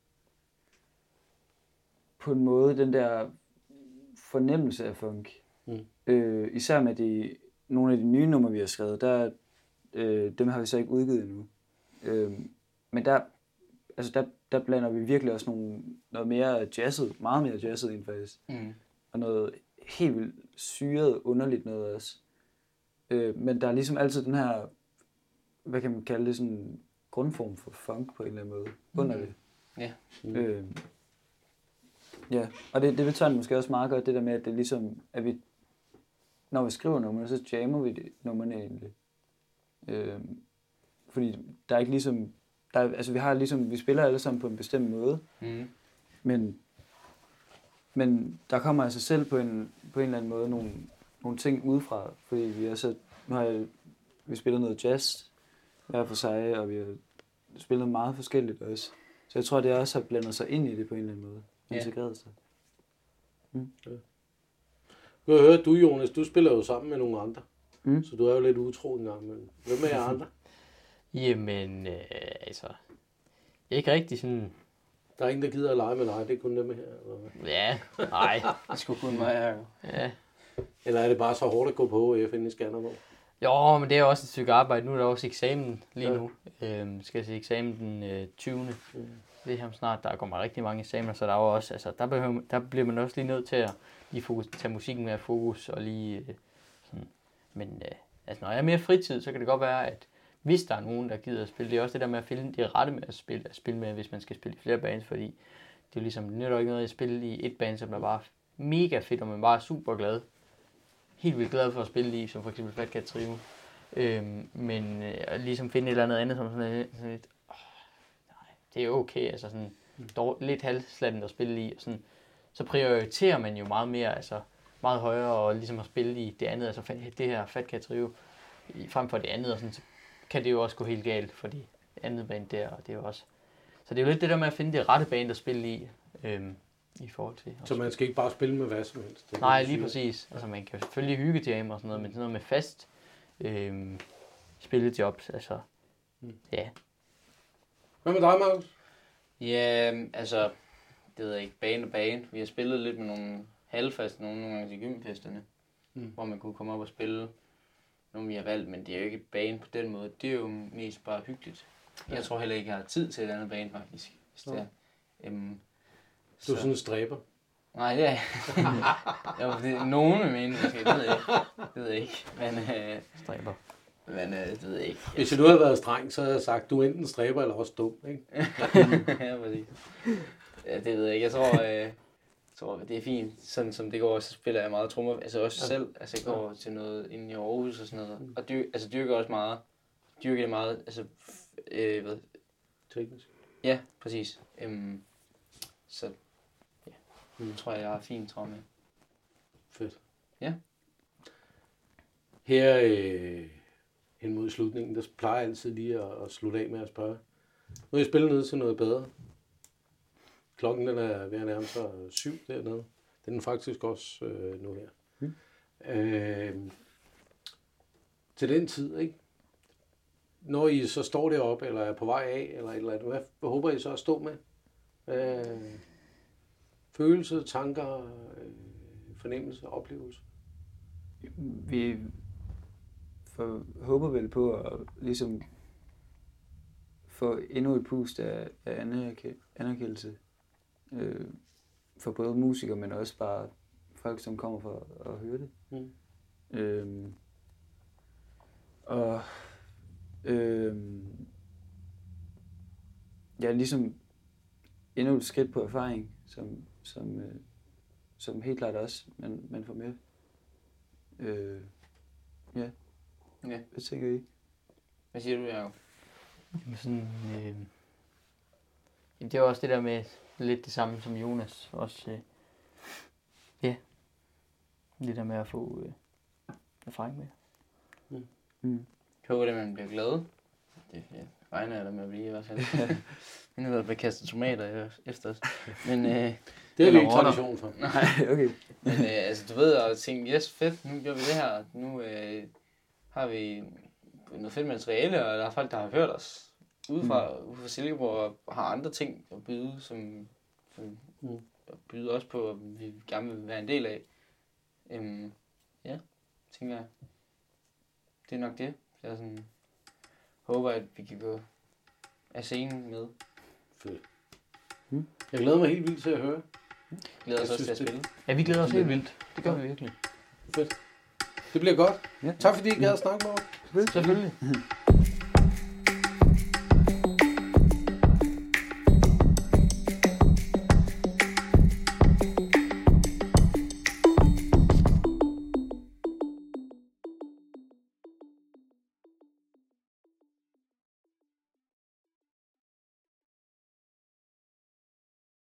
på en måde, den der fornemmelse af funk. Mm. Øh, især med de, nogle af de nye numre, vi har skrevet, der, øh, dem har vi så ikke udgivet endnu. Øh, men der, altså der, der blander vi virkelig også nogle, noget mere jazzet, meget mere jazzet ind faktisk. Mm. Og noget helt vildt syret, underligt noget også. Øh, men der er ligesom altid den her, hvad kan man kalde det, sådan grundform for funk på en eller anden måde, under mm. det. Ja. Mm. Øh, ja, og det, det betyder måske også meget godt, det der med, at det ligesom, at vi, når vi skriver numrene, så jammer vi det, numrene egentlig. Øh, fordi der er ikke ligesom, der er, altså vi har ligesom, vi spiller alle sammen på en bestemt måde, mm. men, men der kommer altså selv på en, på en eller anden måde nogle, nogle ting udefra, fordi vi er så, nu har jeg, vi spiller noget jazz hver for sig, og vi har spillet meget forskelligt også. Så jeg tror, det også har blandet sig ind i det på en eller anden måde. Integreret sig. Mm. Ja. Du har hørt, du Jonas, du spiller jo sammen med nogle andre. Mm. Så du er jo lidt utro en gang, men hvem er jer andre? Jamen, øh, altså, ikke rigtig sådan... Der er ingen, der gider at lege med dig, det er kun dem her, eller hvad? Ja, nej. Det skulle kun mig her. Ja. Eller er det bare så hårdt at gå på H F ind i Skanderborg? Jo, men det er også et stykke arbejde. Nu er der også eksamen lige nu. Ja. Øhm, skal jeg se eksamen den øh, tyvende Mm. Det er ham snart, der kommer rigtig mange eksamener, så der er også, altså, der, behøver, der bliver man også lige nødt til at lige fokus, tage musikken med fokus, og lige øh, sådan. Men øh, altså, når jeg er mere fritid, så kan det godt være, at hvis der er nogen, der gider at spille, det er også det der med at finde det rette med at spille, at spille med, hvis man skal spille i flere bands, fordi det er jo ligesom, det nytter ikke noget at spille i et band, som er bare mega fedt, og man bare er super glad. Helt vildt glad for at spille i, som for eksempel Fat Cat Trio. Øhm, men øh, ligesom finde et eller andet andet, som sådan, sådan lidt, åh, nej, det er okay, altså sådan dår, lidt halvslattent at spille i, og sådan, så prioriterer man jo meget mere, altså meget højere, og ligesom at spille i det andet, altså det her Fat Cat Trio, frem for det andet, og sådan, så kan det jo også gå helt galt, for det andet band der, og det er jo også, så det er jo lidt det der med at finde det rette band at spille i, øhm, i forhold til. Så man skal ikke bare spille med hvad som helst? Det Nej, lige præcis. Altså man kan selvfølgelig hygge jam og sådan noget, men sådan noget med fast øhm, spillejobs, altså, mm. ja. Hvad med dig, Markus? Ja, altså, det ved jeg ikke, bane og bane. Vi har spillet lidt med nogle halvfaste, nogle, nogle gange til gymfesterne, mm. hvor man kunne komme op og spille nogle, vi har valgt, men det er jo ikke bane på den måde. Det er jo mest bare hyggeligt. Ja. Jeg tror heller ikke, jeg har tid til et andet bane, faktisk. Hvis det er. Øhm, Du er sådan en stræber? Nej, det er jo, det er nogen med mening, måske. Det ved jeg ikke. Det ved jeg ikke. Men, øh, Stræber. men øh, det ved jeg ikke. Hvis du havde været streng, så havde jeg sagt, du er enten stræber eller også dum, ikke? Ja, præcis. Ja, det ved jeg ikke. Jeg tror, øh, jeg tror, det er fint. Sådan som det går, så spiller jeg meget trommer. Altså også ja. selv. Altså jeg går ja. til noget inde i Aarhus og sådan noget. Mm. Og dyr, altså dyrker også meget. Dyrker det meget, altså, øh, hvad? Teknisk. Ja, præcis. Øhm, så, ja. Mm. tror jeg, jeg har fint tromme. Fedt. Ja. Her øh, hen mod slutningen, der plejer jeg altid lige at, at slutte af med at spørge. Nu er jeg spillet ned til noget bedre. Klokken den er ved at nærme sig syv dernede. Den er faktisk også øh, nu her. Mm. Øh, til den tid, ikke? Når I så står deroppe, eller er på vej af, eller et eller andet, hvad, hvad håber I så at stå med? Øh, følelser, tanker, øh, fornemmelser, oplevelser? Vi for, håber vel på at ligesom få endnu et pust af, af anerkendelse øh, for både musikere, men også bare folk, som kommer for at høre det. Mm. Øhm, og øhm, ja, ligesom endnu et skridt på erfaring, som, som, øh, som helt klart også man, man får med. Øh, ja. ja. Hvad tænker I? Hvad siger du, Jacob? Jamen sådan, øh, jamen det er også det der med lidt det samme som Jonas. Også, øh, ja, det der med at få øh, erfaring med. Mm. Mm. Jeg håber, at man bliver glad. Det ja, regner jeg da med at blive i hvert fald. Men nu er der kastet tomater efter os. Men, øh, det er vi ikke tradition for. Nej, okay. Men øh, altså, du ved, og tænke, yes, fedt, nu gør vi det her. Nu øh, har vi noget fedt materiale, og der er folk, der har hørt os udefra, mm. ude fra Silkeborg, og har andre ting at byde, som, som mm. byder os på, og vi gerne vil være en del af. Øhm, ja, tænker jeg. Det er nok det. Jeg sådan, håber, at vi kan gå af scenen med. Fedt. Mm. Jeg glæder mig helt vildt til at høre. Jeg glæder os også til at spille. Ja, vi glæder os helt vildt. Det gør vi virkelig. Fedt. Det bliver godt. Ja. Tak fordi I gad at snakke med mig. Selvfølgelig.